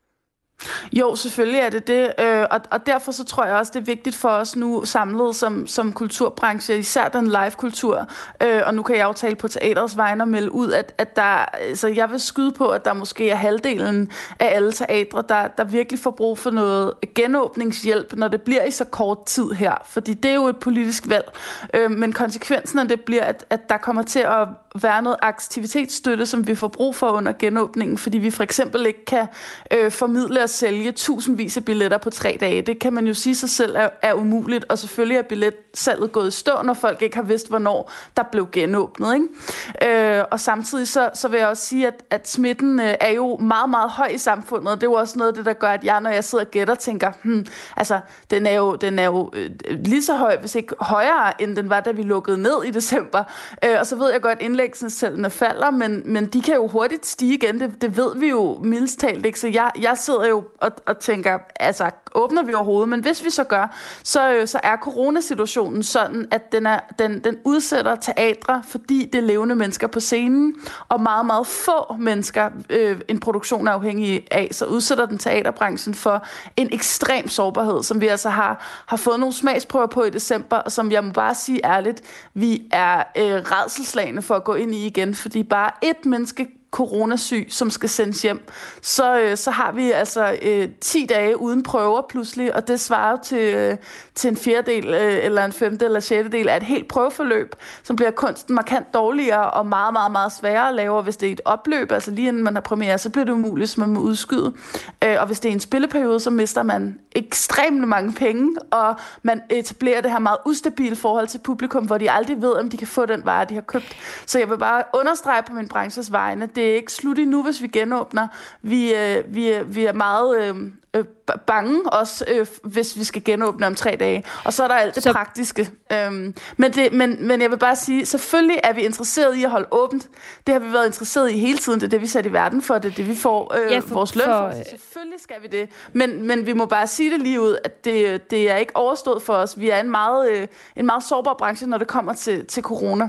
Jo, selvfølgelig er det det, øh, og, og derfor så tror jeg også, det er vigtigt for os nu samlet som, som kulturbranche, især den live-kultur, øh, og nu kan jeg jo tale på teaterets vegne og melde ud, at, at der, altså jeg vil skyde på, at der måske er halvdelen af alle teatre, der, der virkelig får brug for noget genåbningshjælp, når det bliver i så kort tid her, fordi det er jo et politisk valg, øh, men konsekvensen af det bliver, at, at der kommer til at være noget aktivitetsstøtte, som vi får brug for under genåbningen, fordi vi for eksempel ikke kan øh, formidle at sælge tusindvis af billetter på tre dage. Det kan man jo sige sig selv er, er umuligt, og selvfølgelig er billetsalget gået i stå, når folk ikke har vidst, hvornår der blev genåbnet. Ikke? Øh, og samtidig så, så vil jeg også sige, at, at smitten øh, er jo meget, meget høj i samfundet, og det er jo også noget af det, der gør, at jeg, når jeg sidder og gætter, tænker, hmm, altså, den er jo, den er jo øh, lige så høj, hvis ikke højere, end den var, da vi lukkede ned i december. Øh, og så ved jeg godt, at indlæggelsestallene falder, men, men de kan jo hurtigt stige igen. Det, det ved vi jo mildest talt ikke, så jeg, jeg sidder jo Og, og tænker, altså, åbner vi overhovedet? Men hvis vi så gør, så, øh, så er coronasituationen sådan, at den, er, den, den udsætter teatre, fordi det er levende mennesker på scenen, og meget, meget få mennesker, øh, en produktion er afhængig af, så udsætter den teaterbranchen for en ekstrem sårbarhed, som vi altså har, har fået nogle smagsprøver på i december, og som jeg må bare sige ærligt, vi er øh, rædselsslagne for at gå ind i igen, fordi bare et menneske coronasyg, som skal sendes hjem, så, øh, så har vi altså øh, ti dage uden prøver pludselig, og det svarer til, øh, til en fjerdedel, øh, eller en femte eller sjette del af et helt prøveforløb, som bliver kunsten markant dårligere og meget, meget, meget sværere at lave, og hvis det er et opløb, altså lige inden man har premiere, så bliver det umuligt, så man må udskyde. Øh, og hvis det er en spilleperiode, så mister man ekstremt mange penge, og man etablerer det her meget ustabile forhold til publikum, hvor de aldrig ved, om de kan få den vare, de har købt. Så jeg vil bare understrege på min branches vegne, det er ikke slut endnu, hvis vi genåbner. Vi, øh, vi, vi er meget øh, øh, bange også, øh, hvis vi skal genåbne om tre dage. Og så er der alt det så... praktiske. Øhm, men, det, men, men jeg vil bare sige, selvfølgelig er vi interesseret i at holde åbent. Det har vi været interesseret i hele tiden. Det er det, vi sætter i verden for. Det er det, vi får øh, ja, for, vores løn for. for. Selvfølgelig skal vi det. Men, men vi må bare sige det lige ud, at det, det er ikke overstået for os. Vi er en meget, øh, en meget sårbar branche, når det kommer til, til corona.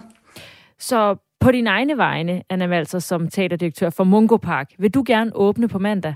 Så på dine egne vegne, Anna Malser, som teaterdirektør for Mungo Park, vil du gerne åbne på mandag?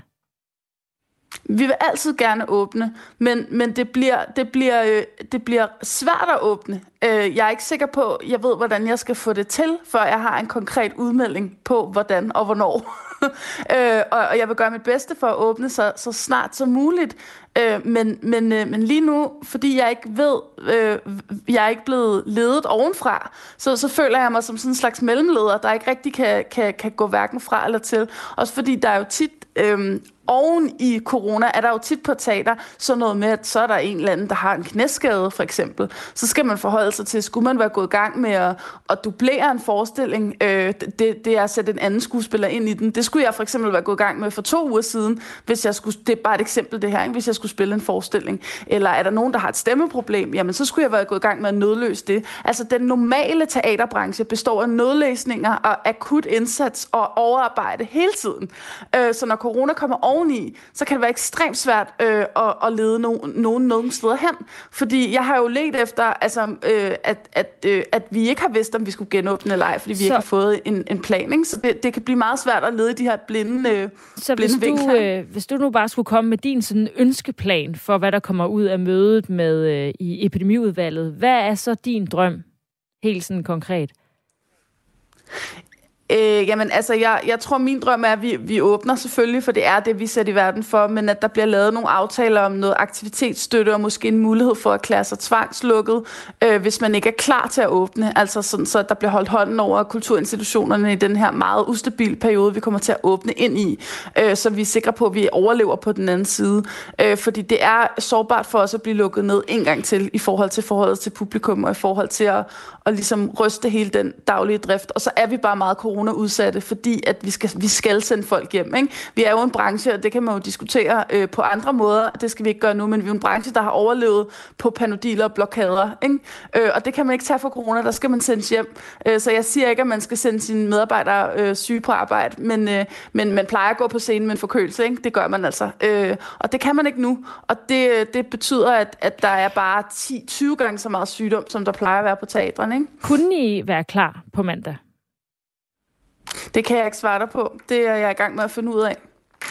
Vi vil altid gerne åbne, men, men det, bliver, det, bliver, øh, det bliver svært at åbne. Øh, jeg er ikke sikker på, jeg ved, hvordan jeg skal få det til, før jeg har en konkret udmelding på, hvordan og hvornår. øh, og, og jeg vil gøre mit bedste for at åbne så, så snart som muligt. Øh, men, men, øh, men lige nu, fordi jeg ikke ved, øh, jeg er ikke blevet ledet ovenfra, så, så føler jeg mig som sådan en slags mellemleder, der ikke rigtig kan, kan, kan gå hverken fra eller til. Også fordi der er jo tit... Øh, oven i corona er der jo tit på teater sådan noget med, at så er der en eller anden, der har en knæskade for eksempel. Så skal man forholde sig til, skulle man være gået i gang med at, at dublere en forestilling, øh, det, det er at sætte en anden skuespiller ind i den. Det skulle jeg for eksempel være gået i gang med for to uger siden, hvis jeg skulle, det er bare et eksempel det her, ikke? Hvis jeg skulle spille en forestilling. Eller er der nogen, der har et stemmeproblem, jamen så skulle jeg være gået i gang med at nødløse det. Altså den normale teaterbranche består af nødlæsninger og akut indsats og overarbejde hele tiden. Øh, så når corona kommer oveni, så kan det være ekstremt svært øh, at, at lede no- nogen nogen steder hen. Fordi jeg har jo let efter, altså, øh, at, at, øh, at vi ikke har vidst, om vi skulle genåbne eller ej, fordi vi så... ikke har fået en, en plan. Ikke? Så det, det kan blive meget svært at lede de her blinde, øh, så blinde hvis du, øh, hvis du nu bare skulle komme med din sådan ønskeplan for, hvad der kommer ud af mødet med øh, i epidemiudvalget, hvad er så din drøm, helt sådan konkret? Øh, jamen, altså, jeg, jeg tror, min drøm er, at vi, vi åbner selvfølgelig, for det er det, vi sætter i verden for, men at der bliver lavet nogle aftaler om noget aktivitetsstøtte og måske en mulighed for at erklære sig tvangslukket, øh, hvis man ikke er klar til at åbne. Altså sådan, så der bliver holdt hånden over kulturinstitutionerne i den her meget ustabile periode, vi kommer til at åbne ind i, øh, så vi er sikre på, at vi overlever på den anden side. Øh, fordi det er sårbart for os at blive lukket ned en gang til i forhold til forholdet til publikum og i forhold til at, at ligesom ryste hele den daglige drift. Og så er vi bare meget corona-udsatte, fordi at vi skal, vi skal sende folk hjem. Ikke? Vi er jo en branche, og det kan man jo diskutere øh, på andre måder. Det skal vi ikke gøre nu, men vi er en branche, der har overlevet på panodiler og blokader. Ikke? Øh, og det kan man ikke tage for corona, der skal man sendes hjem. Øh, så jeg siger ikke, at man skal sende sine medarbejdere øh, syge på arbejde, men, øh, men man plejer at gå på scenen med en forkølelse. Ikke? Det gør man altså. Øh, og det kan man ikke nu. Og det, det betyder, at, at der er bare ti til tyve gange så meget sygdom, som der plejer at være på teaterne. Ikke? Kunne I være klar på mandag? Det kan jeg ikke svare dig på. Det er jeg i gang med at finde ud af.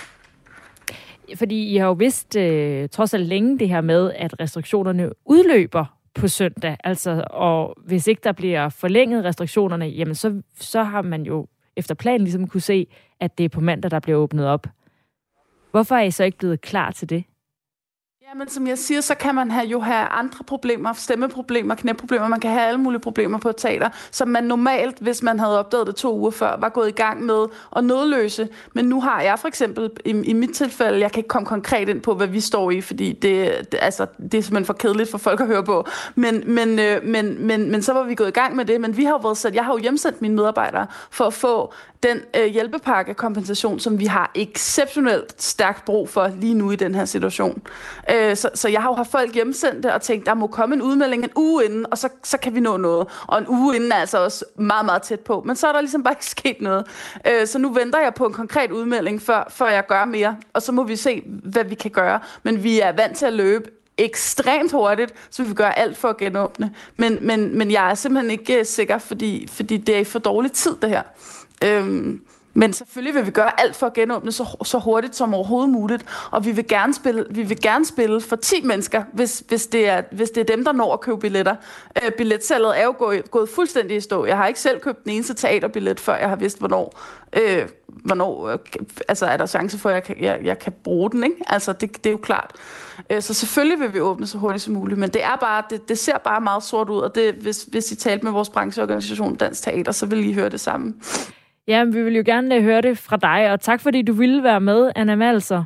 Fordi I har jo vidst øh, trods alt længe det her med, at restriktionerne udløber på søndag. Altså, og hvis ikke der bliver forlænget restriktionerne, jamen så, så har man jo efter planen ligesom kunne se, at det er på mandag, der bliver åbnet op. Hvorfor er I så ikke blevet klar til det? Ja, men som jeg siger, så kan man have, jo have andre problemer, stemmeproblemer, knæproblemer. Man kan have alle mulige problemer på et teater, som man normalt, hvis man havde opdaget det to uger før, var gået i gang med at nødløse. Men nu har jeg for eksempel, i, i mit tilfælde, jeg kan ikke komme konkret ind på, hvad vi står i, fordi det, det, altså, det er simpelthen for kedeligt for folk at høre på. Men, men, øh, men, men, men så var vi gået i gang med det. Men vi har jo været sat, jeg har jo hjemsendt mine medarbejdere for at få den øh, hjælpepakkekompensation, som vi har exceptionelt stærkt brug for lige nu i den her situation. Øh, så, så jeg har jo haft folk hjemsendte og tænkt, der må komme en udmelding en uge inden, og så, så kan vi nå noget. Og en uge inden er altså også meget, meget tæt på. Men så er der ligesom bare ikke sket noget. Øh, så nu venter jeg på en konkret udmelding, før, før jeg gør mere. Og så må vi se, hvad vi kan gøre. Men vi er vant til at løbe ekstremt hurtigt, så vi vil gøre alt for at genåbne. Men, men, men jeg er simpelthen ikke sikker, fordi, fordi det er i for dårlig tid, det her. Øhm, men selvfølgelig vil vi gøre alt for at genåbne så, så hurtigt som overhovedet muligt, og vi vil gerne spille, vi vil gerne spille for ti mennesker, hvis, hvis, det er, hvis det er dem, der når at købe billetter. Øh, billetsalget er jo gået, gået fuldstændig i stå. Jeg har ikke selv købt den eneste teaterbillet, før jeg har vidst, hvornår, øh, hvornår øh, altså er der chance for, at jeg kan, jeg, jeg kan bruge den. Ikke? Altså, det, det er jo klart. Øh, så selvfølgelig vil vi åbne så hurtigt som muligt, men det er bare, det, det ser bare meget sort ud, og det, hvis, hvis I talte med vores brancheorganisation Dansk Teater, så vil I høre det samme. Ja, vi vil jo gerne høre det fra dig, og tak fordi du ville være med, Anna Malser.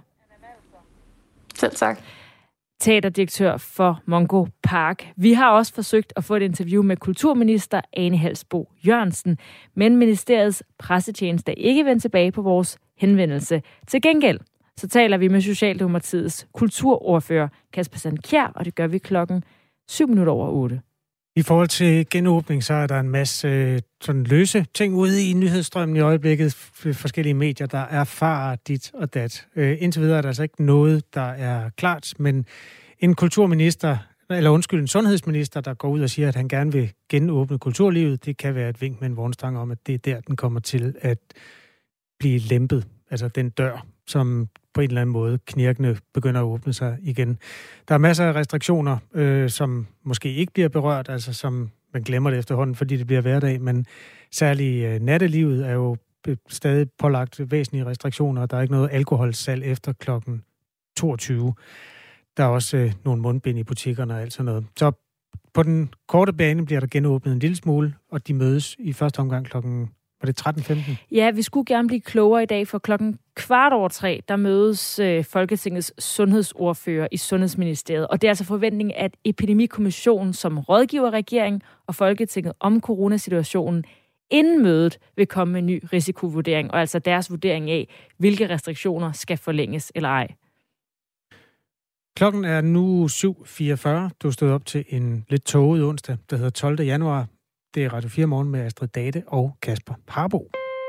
Selv tak. Teaterdirektør for Mongo Park. Vi har også forsøgt at få et interview med kulturminister Ane Halsboe Jørgensen, men ministeriets pressetjeneste er ikke vendt tilbage på vores henvendelse. Til gengæld så taler vi med Socialdemokratiets kulturordfører Kasper Sandkjær, og det gør vi klokken syv minutter over otte. I forhold til genåbning, så er der en masse sådan løse ting ude i nyhedsstrømmen i øjeblikket. Forskellige medier, der erfarer dit og dat. Indtil videre er der altså ikke noget, der er klart, men en kulturminister, eller undskyld, en sundhedsminister, der går ud og siger, at han gerne vil genåbne kulturlivet, det kan være et vink med en vognstang om, at det er der, den kommer til at blive lempet. Altså den dør, som på en eller anden måde knirkende begynder at åbne sig igen. Der er masser af restriktioner, øh, som måske ikke bliver berørt, altså som man glemmer det efterhånden, fordi det bliver hverdag, men særligt øh, nattelivet er jo stadig pålagt væsentlige restriktioner, og der er ikke noget alkoholsalg efter klokken toogtyve. Der er også øh, nogle mundbind i butikkerne og alt sådan noget. Så på den korte bane bliver der genåbnet en lille smule, og de mødes i første omgang klokken Var det tretten femten? Ja, vi skulle gerne blive klogere i dag, for klokken kvart over tre, der mødes øh, Folketingets sundhedsordfører i Sundhedsministeriet. Og det er altså forventningen, at Epidemikommissionen, som rådgiver regeringen og Folketinget om coronasituationen, inden mødet vil komme med en ny risikovurdering, og altså deres vurdering af, hvilke restriktioner skal forlænges eller ej. Klokken er nu syv fireogfyrre. Du stod op til en lidt tåget onsdag, der hedder tolvte januar. Det er Radio fire Morgen med Astrid Date og Kasper Harbo.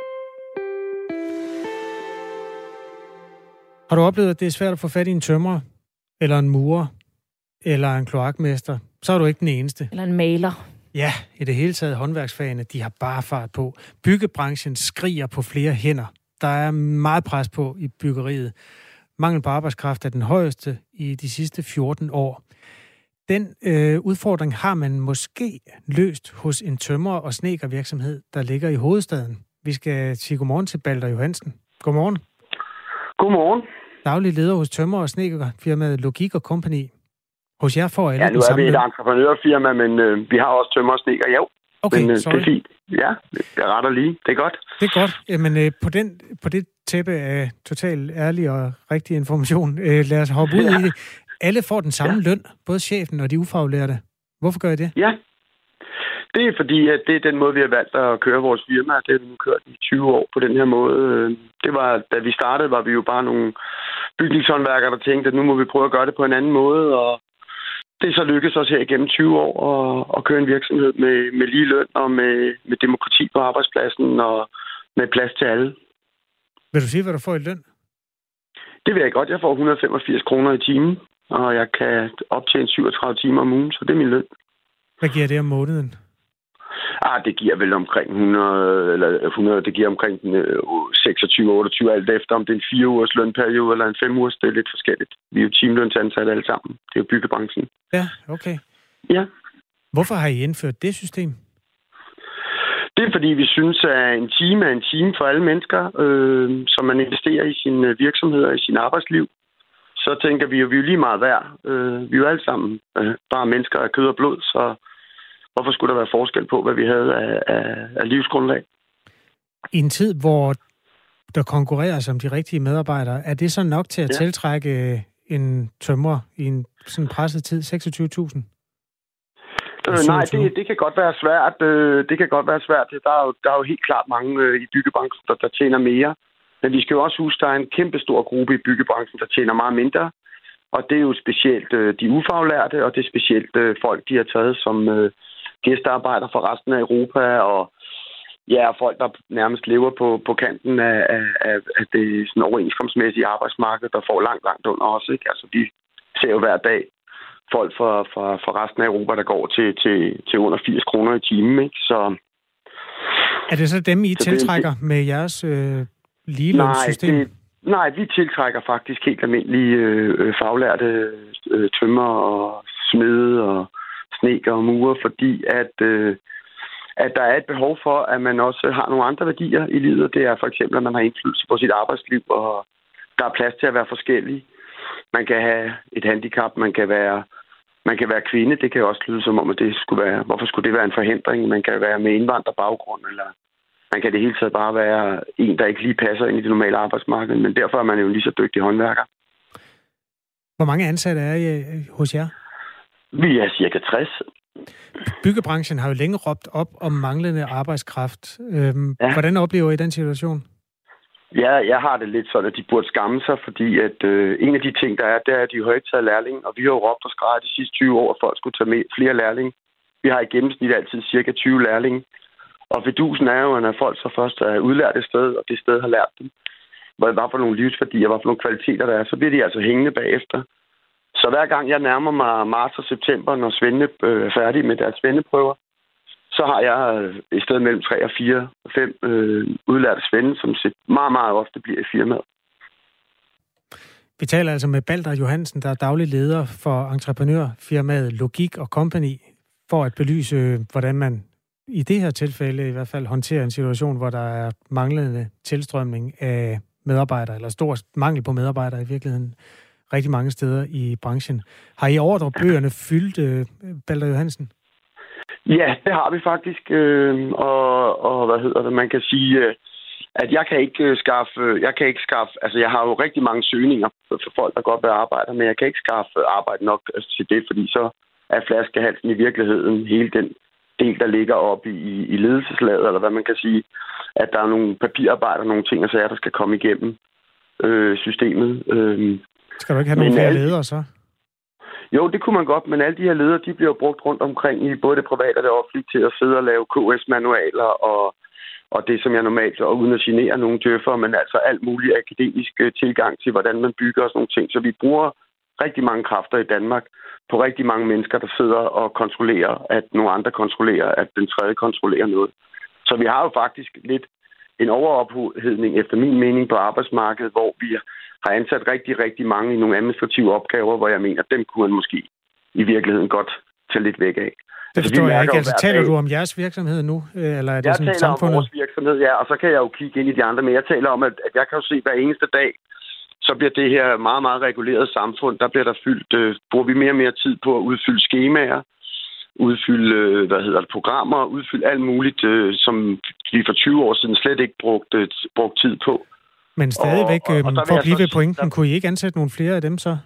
Har du oplevet, at det er svært at få fat i en tømrer, eller en murer, eller en kloakmester, så er du ikke den eneste. Eller en maler. Ja, i det hele taget håndværksfagene, de har bare fart på. Byggebranchen skriger på flere hænder. Der er meget pres på i byggeriet. Mangel på arbejdskraft er den højeste i de sidste fjorten år. Den øh, udfordring har man måske løst hos en tømrer- og snedkervirksomhed, der ligger i hovedstaden. Vi skal sige godmorgen til Balder Johansen. Godmorgen. Godmorgen. Daglig leder hos tømrer- og snedkerfirmaet Logik og Company. Hos jer får alle Ja, nu er vi et entreprenørfirma, men øh, vi har også tømrer og snedker, jo. Okay, men, øh, sorry. det er fint. Ja, jeg retter lige. Det er godt. Det er godt. Jamen, øh, på, den, på det tæppe af total ærlig og rigtig information, øh, lad os hoppe ud ja. i det. Alle får den samme ja. løn, både chefen og de ufaglærte. Hvorfor gør I det? Ja, det er fordi, at det er den måde, vi har valgt at køre vores firma. Det har vi nu kørt i tyve år på den her måde. Det var, da vi startede, var vi jo bare nogle bygningshåndværkere, der tænkte, at nu må vi prøve at gøre det på en anden måde. Og det er så lykkedes os her igennem tyve år at, at køre en virksomhed med, med lige løn og med, med demokrati på arbejdspladsen og med plads til alle. Vil du sige, hvad du får i løn? Det vil jeg godt. Jeg får et hundrede og femogfirs kroner i timen, og jeg kan optjene syvogtredive timer om ugen, så det er min løn. Hvad giver det om måneden? Ah, det giver vel omkring hundrede, eller hundrede, det giver omkring seksogtyve otteogtyve, alt efter om det er en fire ugers lønperiode eller en fem ugers, det er lidt forskelligt. Vi er jo timelønsansatte alle sammen. Det er jo byggebranchen. Ja, okay. Ja. Hvorfor har I indført det system? Det er fordi, vi synes, at en time er en time for alle mennesker, øh, som man investerer i sine virksomheder, i sin arbejdsliv. Så tænker vi jo, vi er jo lige meget værd. Øh, vi er jo alle sammen øh, bare mennesker af kød og blod, så hvorfor skulle der være forskel på, hvad vi havde af, af, af livsgrundlag? I en tid, hvor der konkurreres om de rigtige medarbejdere, er det så nok til at ja. tiltrække en tømrer i en sådan presset tid, seksogtyve tusind? Øh, nej, det, det kan godt være svært. Øh, det kan godt være svært. Der er jo, der er jo helt klart mange øh, i byggebranchen, der, der tjener mere. Men vi skal jo også huske, at der er en kæmpe stor gruppe i byggebranchen, der tjener meget mindre. Og det er jo specielt øh, de ufaglærte, og det er specielt øh, folk, de har taget som øh, gæstearbejder for resten af Europa, og ja, folk, der nærmest lever på, på kanten af, af, af det sådan overenskomstmæssige arbejdsmarked, der får langt, langt under os. Ikke? Altså, vi ser jo hver dag folk fra, fra, fra resten af Europa, der går til, til, til under firs kroner i timen. Ikke? Så, er det så dem, I tiltrækker det, med jeres øh, ligelønssystem? Nej, det, nej, vi tiltrækker faktisk helt almindelige øh, faglærte øh, tømmer og smede og snedker og murer, fordi at, øh, at der er et behov for, at man også har nogle andre værdier i livet. Det er for eksempel, at man har indflydelse på sit arbejdsliv, og der er plads til at være forskellig. Man kan have et handicap, man kan være, man kan være kvinde. Det kan også lyde som om, at det skulle være, hvorfor skulle det være en forhindring? Man kan være med indvandrerbaggrund, eller man kan det hele taget bare være en, der ikke lige passer ind i det normale arbejdsmarked, men derfor er man jo lige så dygtig håndværker. Hvor mange ansatte er I hos jer? Vi er cirka tres. Byggebranchen har jo længe råbt op om manglende arbejdskraft. Øhm, ja. Hvordan oplever I den situation? Ja, jeg har det lidt sådan, at de burde skamme sig, fordi at øh, en af de ting, der er, det er, at de har ikke taget lærling, og vi har jo råbt og skreget de sidste tyve år, at folk skulle tage med flere lærling. Vi har i gennemsnit altid cirka tyve lærlinge. Og fidusen er jo, at når folk så først er udlært et sted, og det sted har lært dem, hvad det var for nogle livsværdier, hvad for nogle kvaliteter der er, så bliver de altså hængende bagefter. Så hver gang jeg nærmer mig marts og september, når svendene er færdige med deres svendeprøver, så har jeg i stedet mellem tre og fire og fem øh, udlærte svende, som meget, meget ofte bliver i firmaet. Vi taler altså med Balder Johansen, der er daglig leder for entreprenørfirmaet Logik og Company, for at belyse, hvordan man i det her tilfælde i hvert fald håndterer en situation, hvor der er manglende tilstrømning af medarbejdere, eller stor mangel på medarbejdere i virkeligheden, rigtig mange steder i branchen. Har I ordrebøgerne fyldt, Balder Johansen? Ja, det har vi faktisk. Øh, og, og hvad hedder det? Man kan sige, øh, at jeg kan ikke øh, skaffe... Jeg kan ikke skaffe... Altså, jeg har jo rigtig mange søgninger for, for folk, der godt vil arbejde, men jeg kan ikke skaffe arbejde nok altså, til det, fordi så er flaskehalsen i virkeligheden hele den del, der ligger oppe i, i ledelseslaget, eller hvad man kan sige, at der er nogle papirarbejder, nogle ting og sager, der skal komme igennem øh, systemet. Øh, skal du ikke have nogle flere ledere så? Jo, det kunne man godt, men alle de her ledere, de bliver brugt rundt omkring i både det private og det offentlige til at sidde og lave K S-manualer og, og det, som jeg normalt, og uden at genere nogle djøffere, men altså alt muligt akademisk tilgang til, hvordan man bygger og sådan nogle ting. Så vi bruger rigtig mange kræfter i Danmark på rigtig mange mennesker, der sidder og kontrollerer, at nogle andre kontrollerer, at den tredje kontrollerer noget. Så vi har jo faktisk lidt en overophedning, efter min mening, på arbejdsmarkedet, hvor vi har ansat rigtig, rigtig mange i nogle administrative opgaver, hvor jeg mener, at dem kunne man måske i virkeligheden godt tage lidt væk af. Det forstår altså, jeg ikke. Altså, taler du om jeres virksomhed nu? Eller er det jeg sådan taler samfundet? om vores virksomhed, ja, og så kan jeg jo kigge ind i de andre, men jeg taler om, at, at jeg kan jo se hver eneste dag, så bliver det her meget, meget reguleret samfund, der bliver der fyldt, øh, bruger vi mere og mere tid på at udfylde skemaer, udfylde, øh, hvad hedder det, programmer, udfylde alt muligt, øh, som vi for tyve år siden slet ikke brugte øh, brugt tid på. Men stadigvæk, og, og, og for at blive ved pointen, der... kunne I ikke ansætte nogle flere af dem så?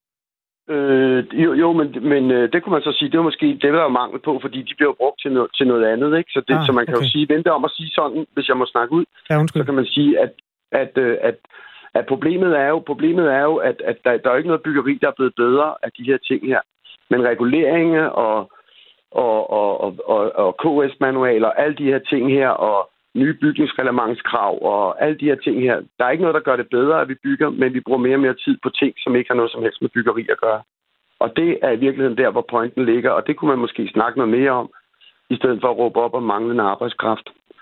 Øh, jo, jo, men, men øh, det kunne man så sige, det var måske, det var der jo mangel på, fordi de bliver brugt til, no- til noget andet, ikke? Så, det, ah, så man kan okay. jo sige, vente om at sige sådan, hvis jeg må snakke ud, ja, så kan man sige, at, at, øh, at, at problemet er jo, problemet er jo at, at der, der er jo ikke noget byggeri, der er blevet bedre af de her ting her. Men reguleringer og, og, og, og, og, og K S-manualer, alle de her ting her, og nye bygningsreglementskrav og alle de her ting her. Der er ikke noget, der gør det bedre, at vi bygger, men vi bruger mere og mere tid på ting, som ikke har noget som helst med byggeri at gøre. Og det er i virkeligheden der, hvor pointen ligger, og det kunne man måske snakke noget mere om, i stedet for at råbe op om manglende arbejdskraft.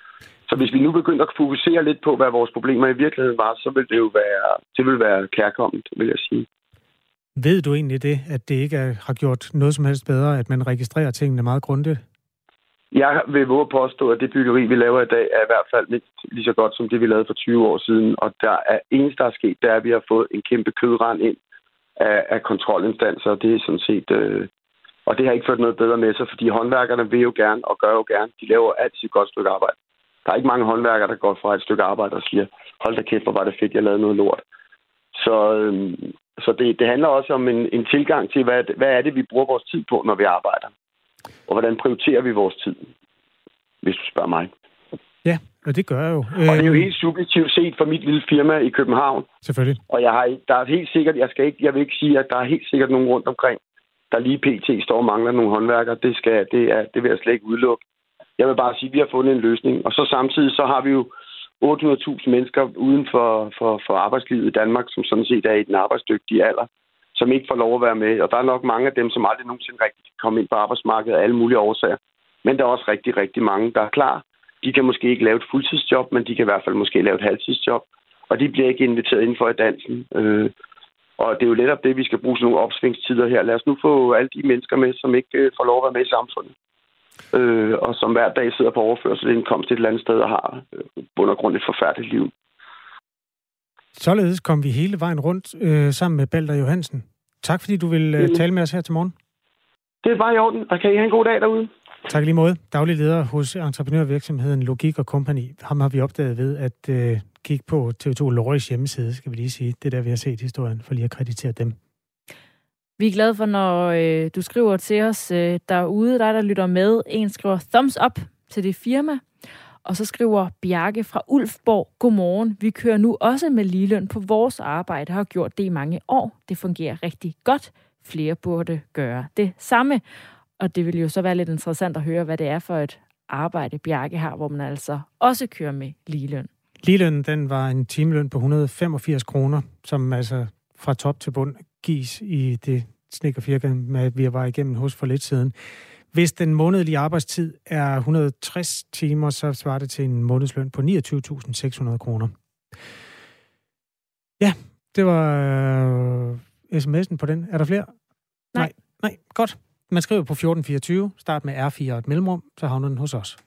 Så hvis vi nu begynder at fokusere lidt på, hvad vores problemer i virkeligheden var, så vil det jo være, det vil være kærkomment, vil jeg sige. Ved du egentlig det, at det ikke har gjort noget som helst bedre, at man registrerer tingene meget grundigt? Jeg vil våge påstå, at det byggeri, vi laver i dag, er i hvert fald lidt lige så godt, som det, vi lavede for tyve år siden. Og der er eneste, der er sket, det er, at vi har fået en kæmpe kødrand ind af, af kontrolinstanser. Det er sådan set... Øh, og det har ikke ført noget bedre med sig, fordi håndværkerne vil jo gerne og gør jo gerne. De laver altid et godt stykke arbejde. Der er ikke mange håndværkere, der går fra et stykke arbejde og siger, hold da kæft, hvor var det fedt, jeg lavede noget lort. Så, øh, så det, det handler også om en, en tilgang til, hvad, hvad er det, vi bruger vores tid på, når vi arbejder. Og hvordan prioriterer vi vores tid, hvis du spørger mig. Ja, og det gør jeg jo. Og det er jo helt subjektivt set for mit lille firma i København. Selvfølgelig. Og jeg har, der er helt sikkert, jeg skal ikke, jeg vil ikke sige, at der er helt sikkert nogen rundt omkring, der lige pt. Står og mangler nogle håndværkere. Det, skal, det, er, det vil jeg slet ikke udelukke. Jeg vil bare sige, at vi har fundet en løsning. Og så samtidig så har vi jo otte hundrede tusind mennesker uden for, for, for arbejdslivet i Danmark, som sådan set er i den arbejdsdygtige alder, som ikke får lov at være med. Og der er nok mange af dem, som aldrig nogensinde rigtig kan komme ind på arbejdsmarkedet af alle mulige årsager. Men der er også rigtig, rigtig mange, der er klar. De kan måske ikke lave et fuldtidsjob, men de kan i hvert fald måske lave et halvtidsjob. Og de bliver ikke inviteret indenfor i dansen. Øh, og det er jo netop det, vi skal bruge sådan nogle opsvingstider her. Lad os nu få alle de mennesker med, som ikke øh, får lov at være med i samfundet. Øh, og som hver dag sidder på overførselsindkomst et eller andet sted og har øh, bund og grund et forfærdeligt liv. Således kom vi hele vejen rundt øh, sammen med Balder Johansen. Tak fordi du vil øh, tale med os her til morgen. Det er bare i orden, og kan I have en god dag derude. Tak lige måde. Daglig leder hos entreprenørvirksomheden Logik og Company. Ham har vi opdaget ved at øh, kigge på T V to Loris hjemmeside, skal vi lige sige. Det der, vi har set historien, for lige at kreditere dem. Vi er glade for, når øh, du skriver til os øh, derude, der der lytter med. En skriver thumbs up til det firma. Og så skriver Bjarke fra Ulfborg, godmorgen. Vi kører nu også med ligeløn på vores arbejde, har gjort det i mange år. Det fungerer rigtig godt. Flere burde gøre det samme. Og det vil jo så være lidt interessant at høre, hvad det er for et arbejde, Bjarke har, hvor man altså også kører med ligeløn. Ligelønnen, den var en timeløn på et hundrede og femogfirs kroner, som altså fra top til bund gives i det snedkerfirkant, med vi var igennem hos for lidt siden. Hvis den månedlige arbejdstid er et hundrede og tres timer, så svarer det til en månedsløn på niogtyve tusind seks hundrede kroner. Ja, det var øh, sms'en på den. Er der flere? Nej. Nej, nej, godt. Man skriver på fjorten fireogtyve, start med R fire og et mellemrum, så havner den hos os.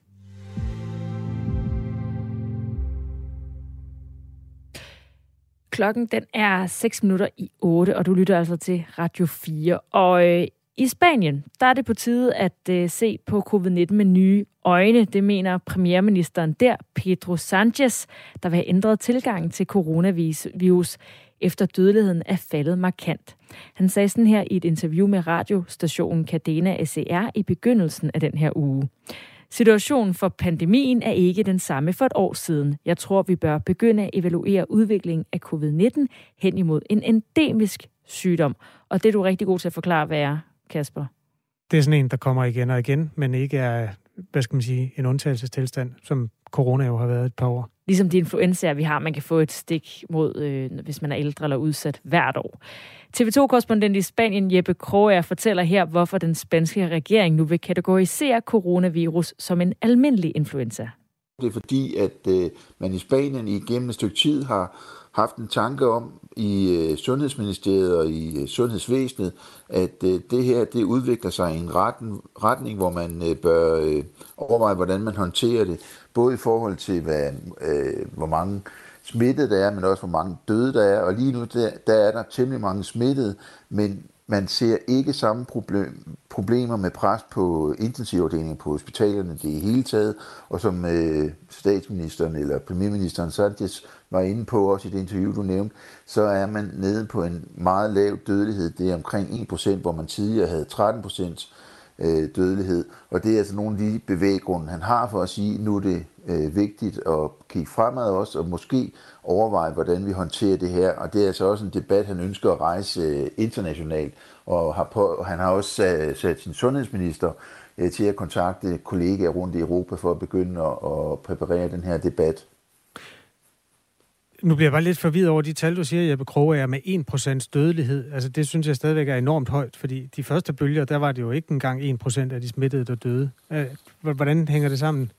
Klokken den er seks minutter i otte, og du lytter altså til Radio fire. Og øh, I Spanien, der er det på tide at uh, se på covid nitten med nye øjne. Det mener premierministeren der, Pedro Sánchez, der vil have ændret tilgangen til coronavirus, efter dødeligheden er faldet markant. Han sagde sådan her i et interview med radiostationen Cadena S E R i begyndelsen af den her uge. Situationen for pandemien er ikke den samme for et år siden. Jeg tror, vi bør begynde at evaluere udviklingen af covid nitten hen imod en endemisk sygdom. Og det er du rigtig god til at forklare, hvad er, Kasper. Det er sådan en, der kommer igen og igen, men ikke er, hvad skal man sige, en undtagelsestilstand, som corona jo har været et par år. Ligesom de influenzaer, vi har, man kan få et stik mod, øh, hvis man er ældre eller udsat hvert år. T V to-korrespondent i Spanien, Jeppe Kroger, fortæller her, hvorfor den spanske regering nu vil kategorisere coronavirus som en almindelig influenza. Det er fordi, at øh, man i Spanien igennem et stykke tid har haft en tanke om i øh, Sundhedsministeriet og i øh, Sundhedsvæsenet, at øh, det her det udvikler sig i en retten, retning, hvor man øh, bør øh, overveje, hvordan man håndterer det. Både i forhold til, hvad, øh, hvor mange smittede der er, men også hvor mange døde der er. Og lige nu der, der er der temmelig mange smittede, men man ser ikke samme problem, problemer med pres på intensivafdelingen på hospitalerne det i hele taget. Og som øh, statsministeren eller premierministeren Sánchez var inde på også i det interview, du nævnte, så er man nede på en meget lav dødelighed. Det er omkring en procent, hvor man tidligere havde tretten procent øh, dødelighed. Og det er altså nogle af de bevæggrunde, han har for at sige, at nu er det øh, vigtigt at kigge fremad også, og måske overveje, hvordan vi håndterer det her. Og det er altså også en debat, han ønsker at rejse øh, internationalt. Og har på, han har også sat, sat sin sundhedsminister øh, til at kontakte kollegaer rundt i Europa for at begynde at, at præparere den her debat. Nu bliver jeg bare lidt forvirret over de tal, du siger, Jeppe Kroger, er med en procent dødelighed. Altså det synes jeg stadigvæk er enormt højt, fordi de første bølger, der var det jo ikke engang en procent af de smittede, der døde. Hvordan hænger det sammen?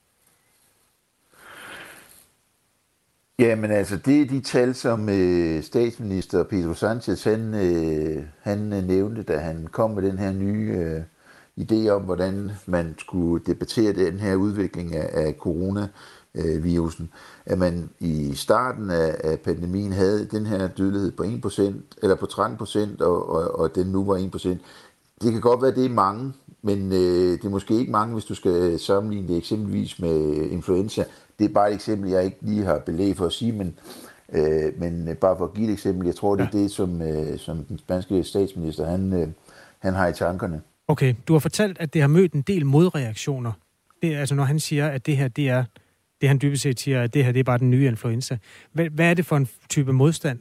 Jamen altså, det er de tal, som øh, statsminister Pedro Sánchez, han, øh, han øh, nævnte, da han kom med den her nye øh, idé om, hvordan man skulle debattere den her udvikling af, af coronavirusen. At man i starten af, af pandemien havde den her dødelighed på en procent, eller på tretten procent, og, og, og den nu var en procent. Det kan godt være, at det er mange, men øh, det er måske ikke mange, hvis du skal sammenligne det eksempelvis med influenza. Det er bare et eksempel, jeg ikke lige har belæg for at sige, men, øh, men bare for at give et eksempel, jeg tror, det er det, som, øh, som den spanske statsminister, han, øh, han har i tankerne. Okay, du har fortalt, at det har mødt en del modreaktioner. Det, altså når han siger, at det her, det er, det han dybest set siger, at det her, det er bare den nye influenza. Hvad, hvad er det for en type modstand?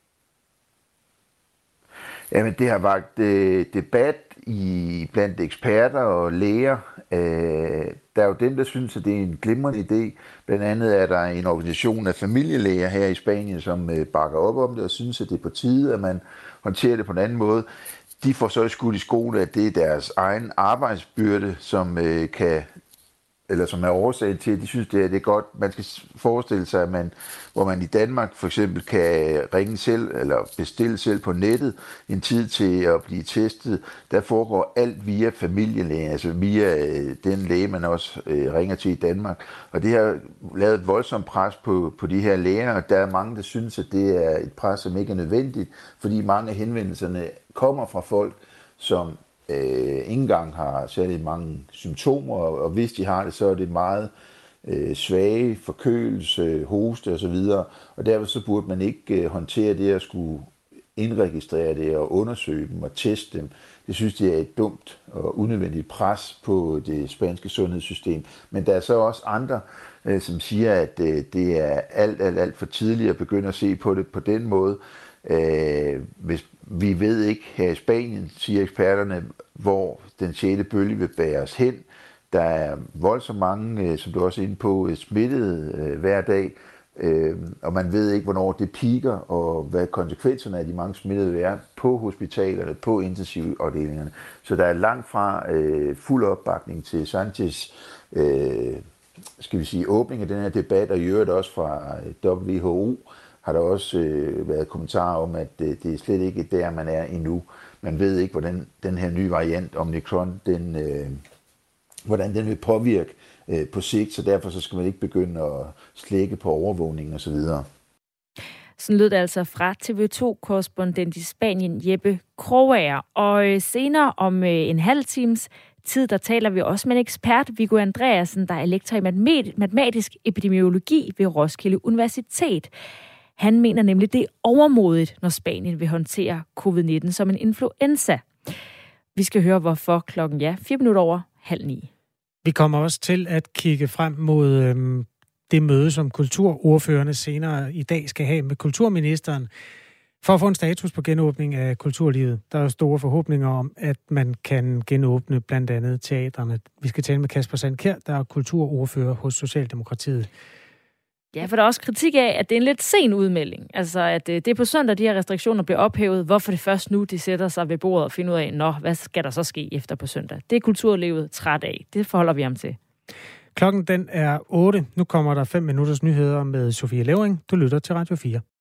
Jamen, det har vagt øh, debat i blandt eksperter og læger. Øh, der er jo dem, der synes, at det er en glimrende idé. Blandt andet er der en organisation af familielæger her i Spanien, som øh, bakker op om det og synes, at det er på tide, at man håndterer det på en anden måde. De får så skudt i skoene, at det er deres egen arbejdsbyrde, som øh, kan eller som er årsag til, at de synes, det er, det er godt. Man skal forestille sig, at man, hvor man i Danmark for eksempel kan ringe selv, eller bestille selv på nettet en tid til at blive testet. Der foregår alt via familielæge, altså via øh, den læge, man også øh, ringer til i Danmark. Og det har lavet et voldsomt pres på, på de her læger, og der er mange, der synes, at det er et pres, som ikke er nødvendigt, fordi mange af henvendelserne kommer fra folk, som Øh, ikke engang har særlig mange symptomer, og, og hvis de har det, så er det meget øh, svage, forkølelse, hoste osv., og derfor så burde man ikke øh, håndtere det at skulle indregistrere det og undersøge dem og teste dem. Det synes jeg er et dumt og unødvendigt pres på det spanske sundhedssystem. Men der er så også andre, øh, som siger, at øh, det er alt, alt, alt for tidligt at begynde at se på det på den måde. Øh, hvis vi ved ikke her i Spanien, siger eksperterne, hvor den sjette bølge vil bære os hen. Der er voldsomt mange, som du også er inde på, smittede øh, hver dag, øh, og man ved ikke, hvornår det piker, og hvad konsekvenserne af de mange smittede vil være på hospitalerne, på intensivafdelingerne. Så der er langt fra øh, fuld opbakning til Sánchez, øh, skal vi sige, åbning af den her debat, og i øvrigt også fra W H O, har der også øh, været kommentarer om, at øh, det er slet ikke der, man er endnu. Man ved ikke, hvordan den her nye variant Omicron, den, øh, hvordan den vil påvirke øh, på sigt, så derfor så skal man ikke begynde at slække på overvågning osv. Sådan lød det altså fra T V to-korrespondent i Spanien, Jeppe Krogager. Og senere om en halv times tid, der taler vi også med en ekspert, Viggo Andreasen, der er lektor i matematisk epidemiologi ved Roskilde Universitet. Han mener nemlig, det er overmodigt, når Spanien vil håndtere covid nitten som en influenza. Vi skal høre, hvorfor klokken ja, fire minutter over halv ni. Vi kommer også til at kigge frem mod øhm, det møde, som kulturordførerne senere i dag skal have med kulturministeren, for at få en status på genåbning af kulturlivet. Der er jo store forhåbninger om, at man kan genåbne blandt andet teatrene. Vi skal tale med Kasper Sandkjær, der er kulturordfører hos Socialdemokratiet. Ja, for der er også kritik af, at det er en lidt sen udmelding. Altså, at det er på søndag, de her restriktioner bliver ophævet. Hvorfor det først nu, de sætter sig ved bordet og finder ud af, nå, hvad skal der så ske efter på søndag? Det er kulturlivet træt af. Det forholder vi ham til. Klokken den er otte. Nu kommer der fem minutters nyheder med Sofie Levering. Du lytter til Radio fire.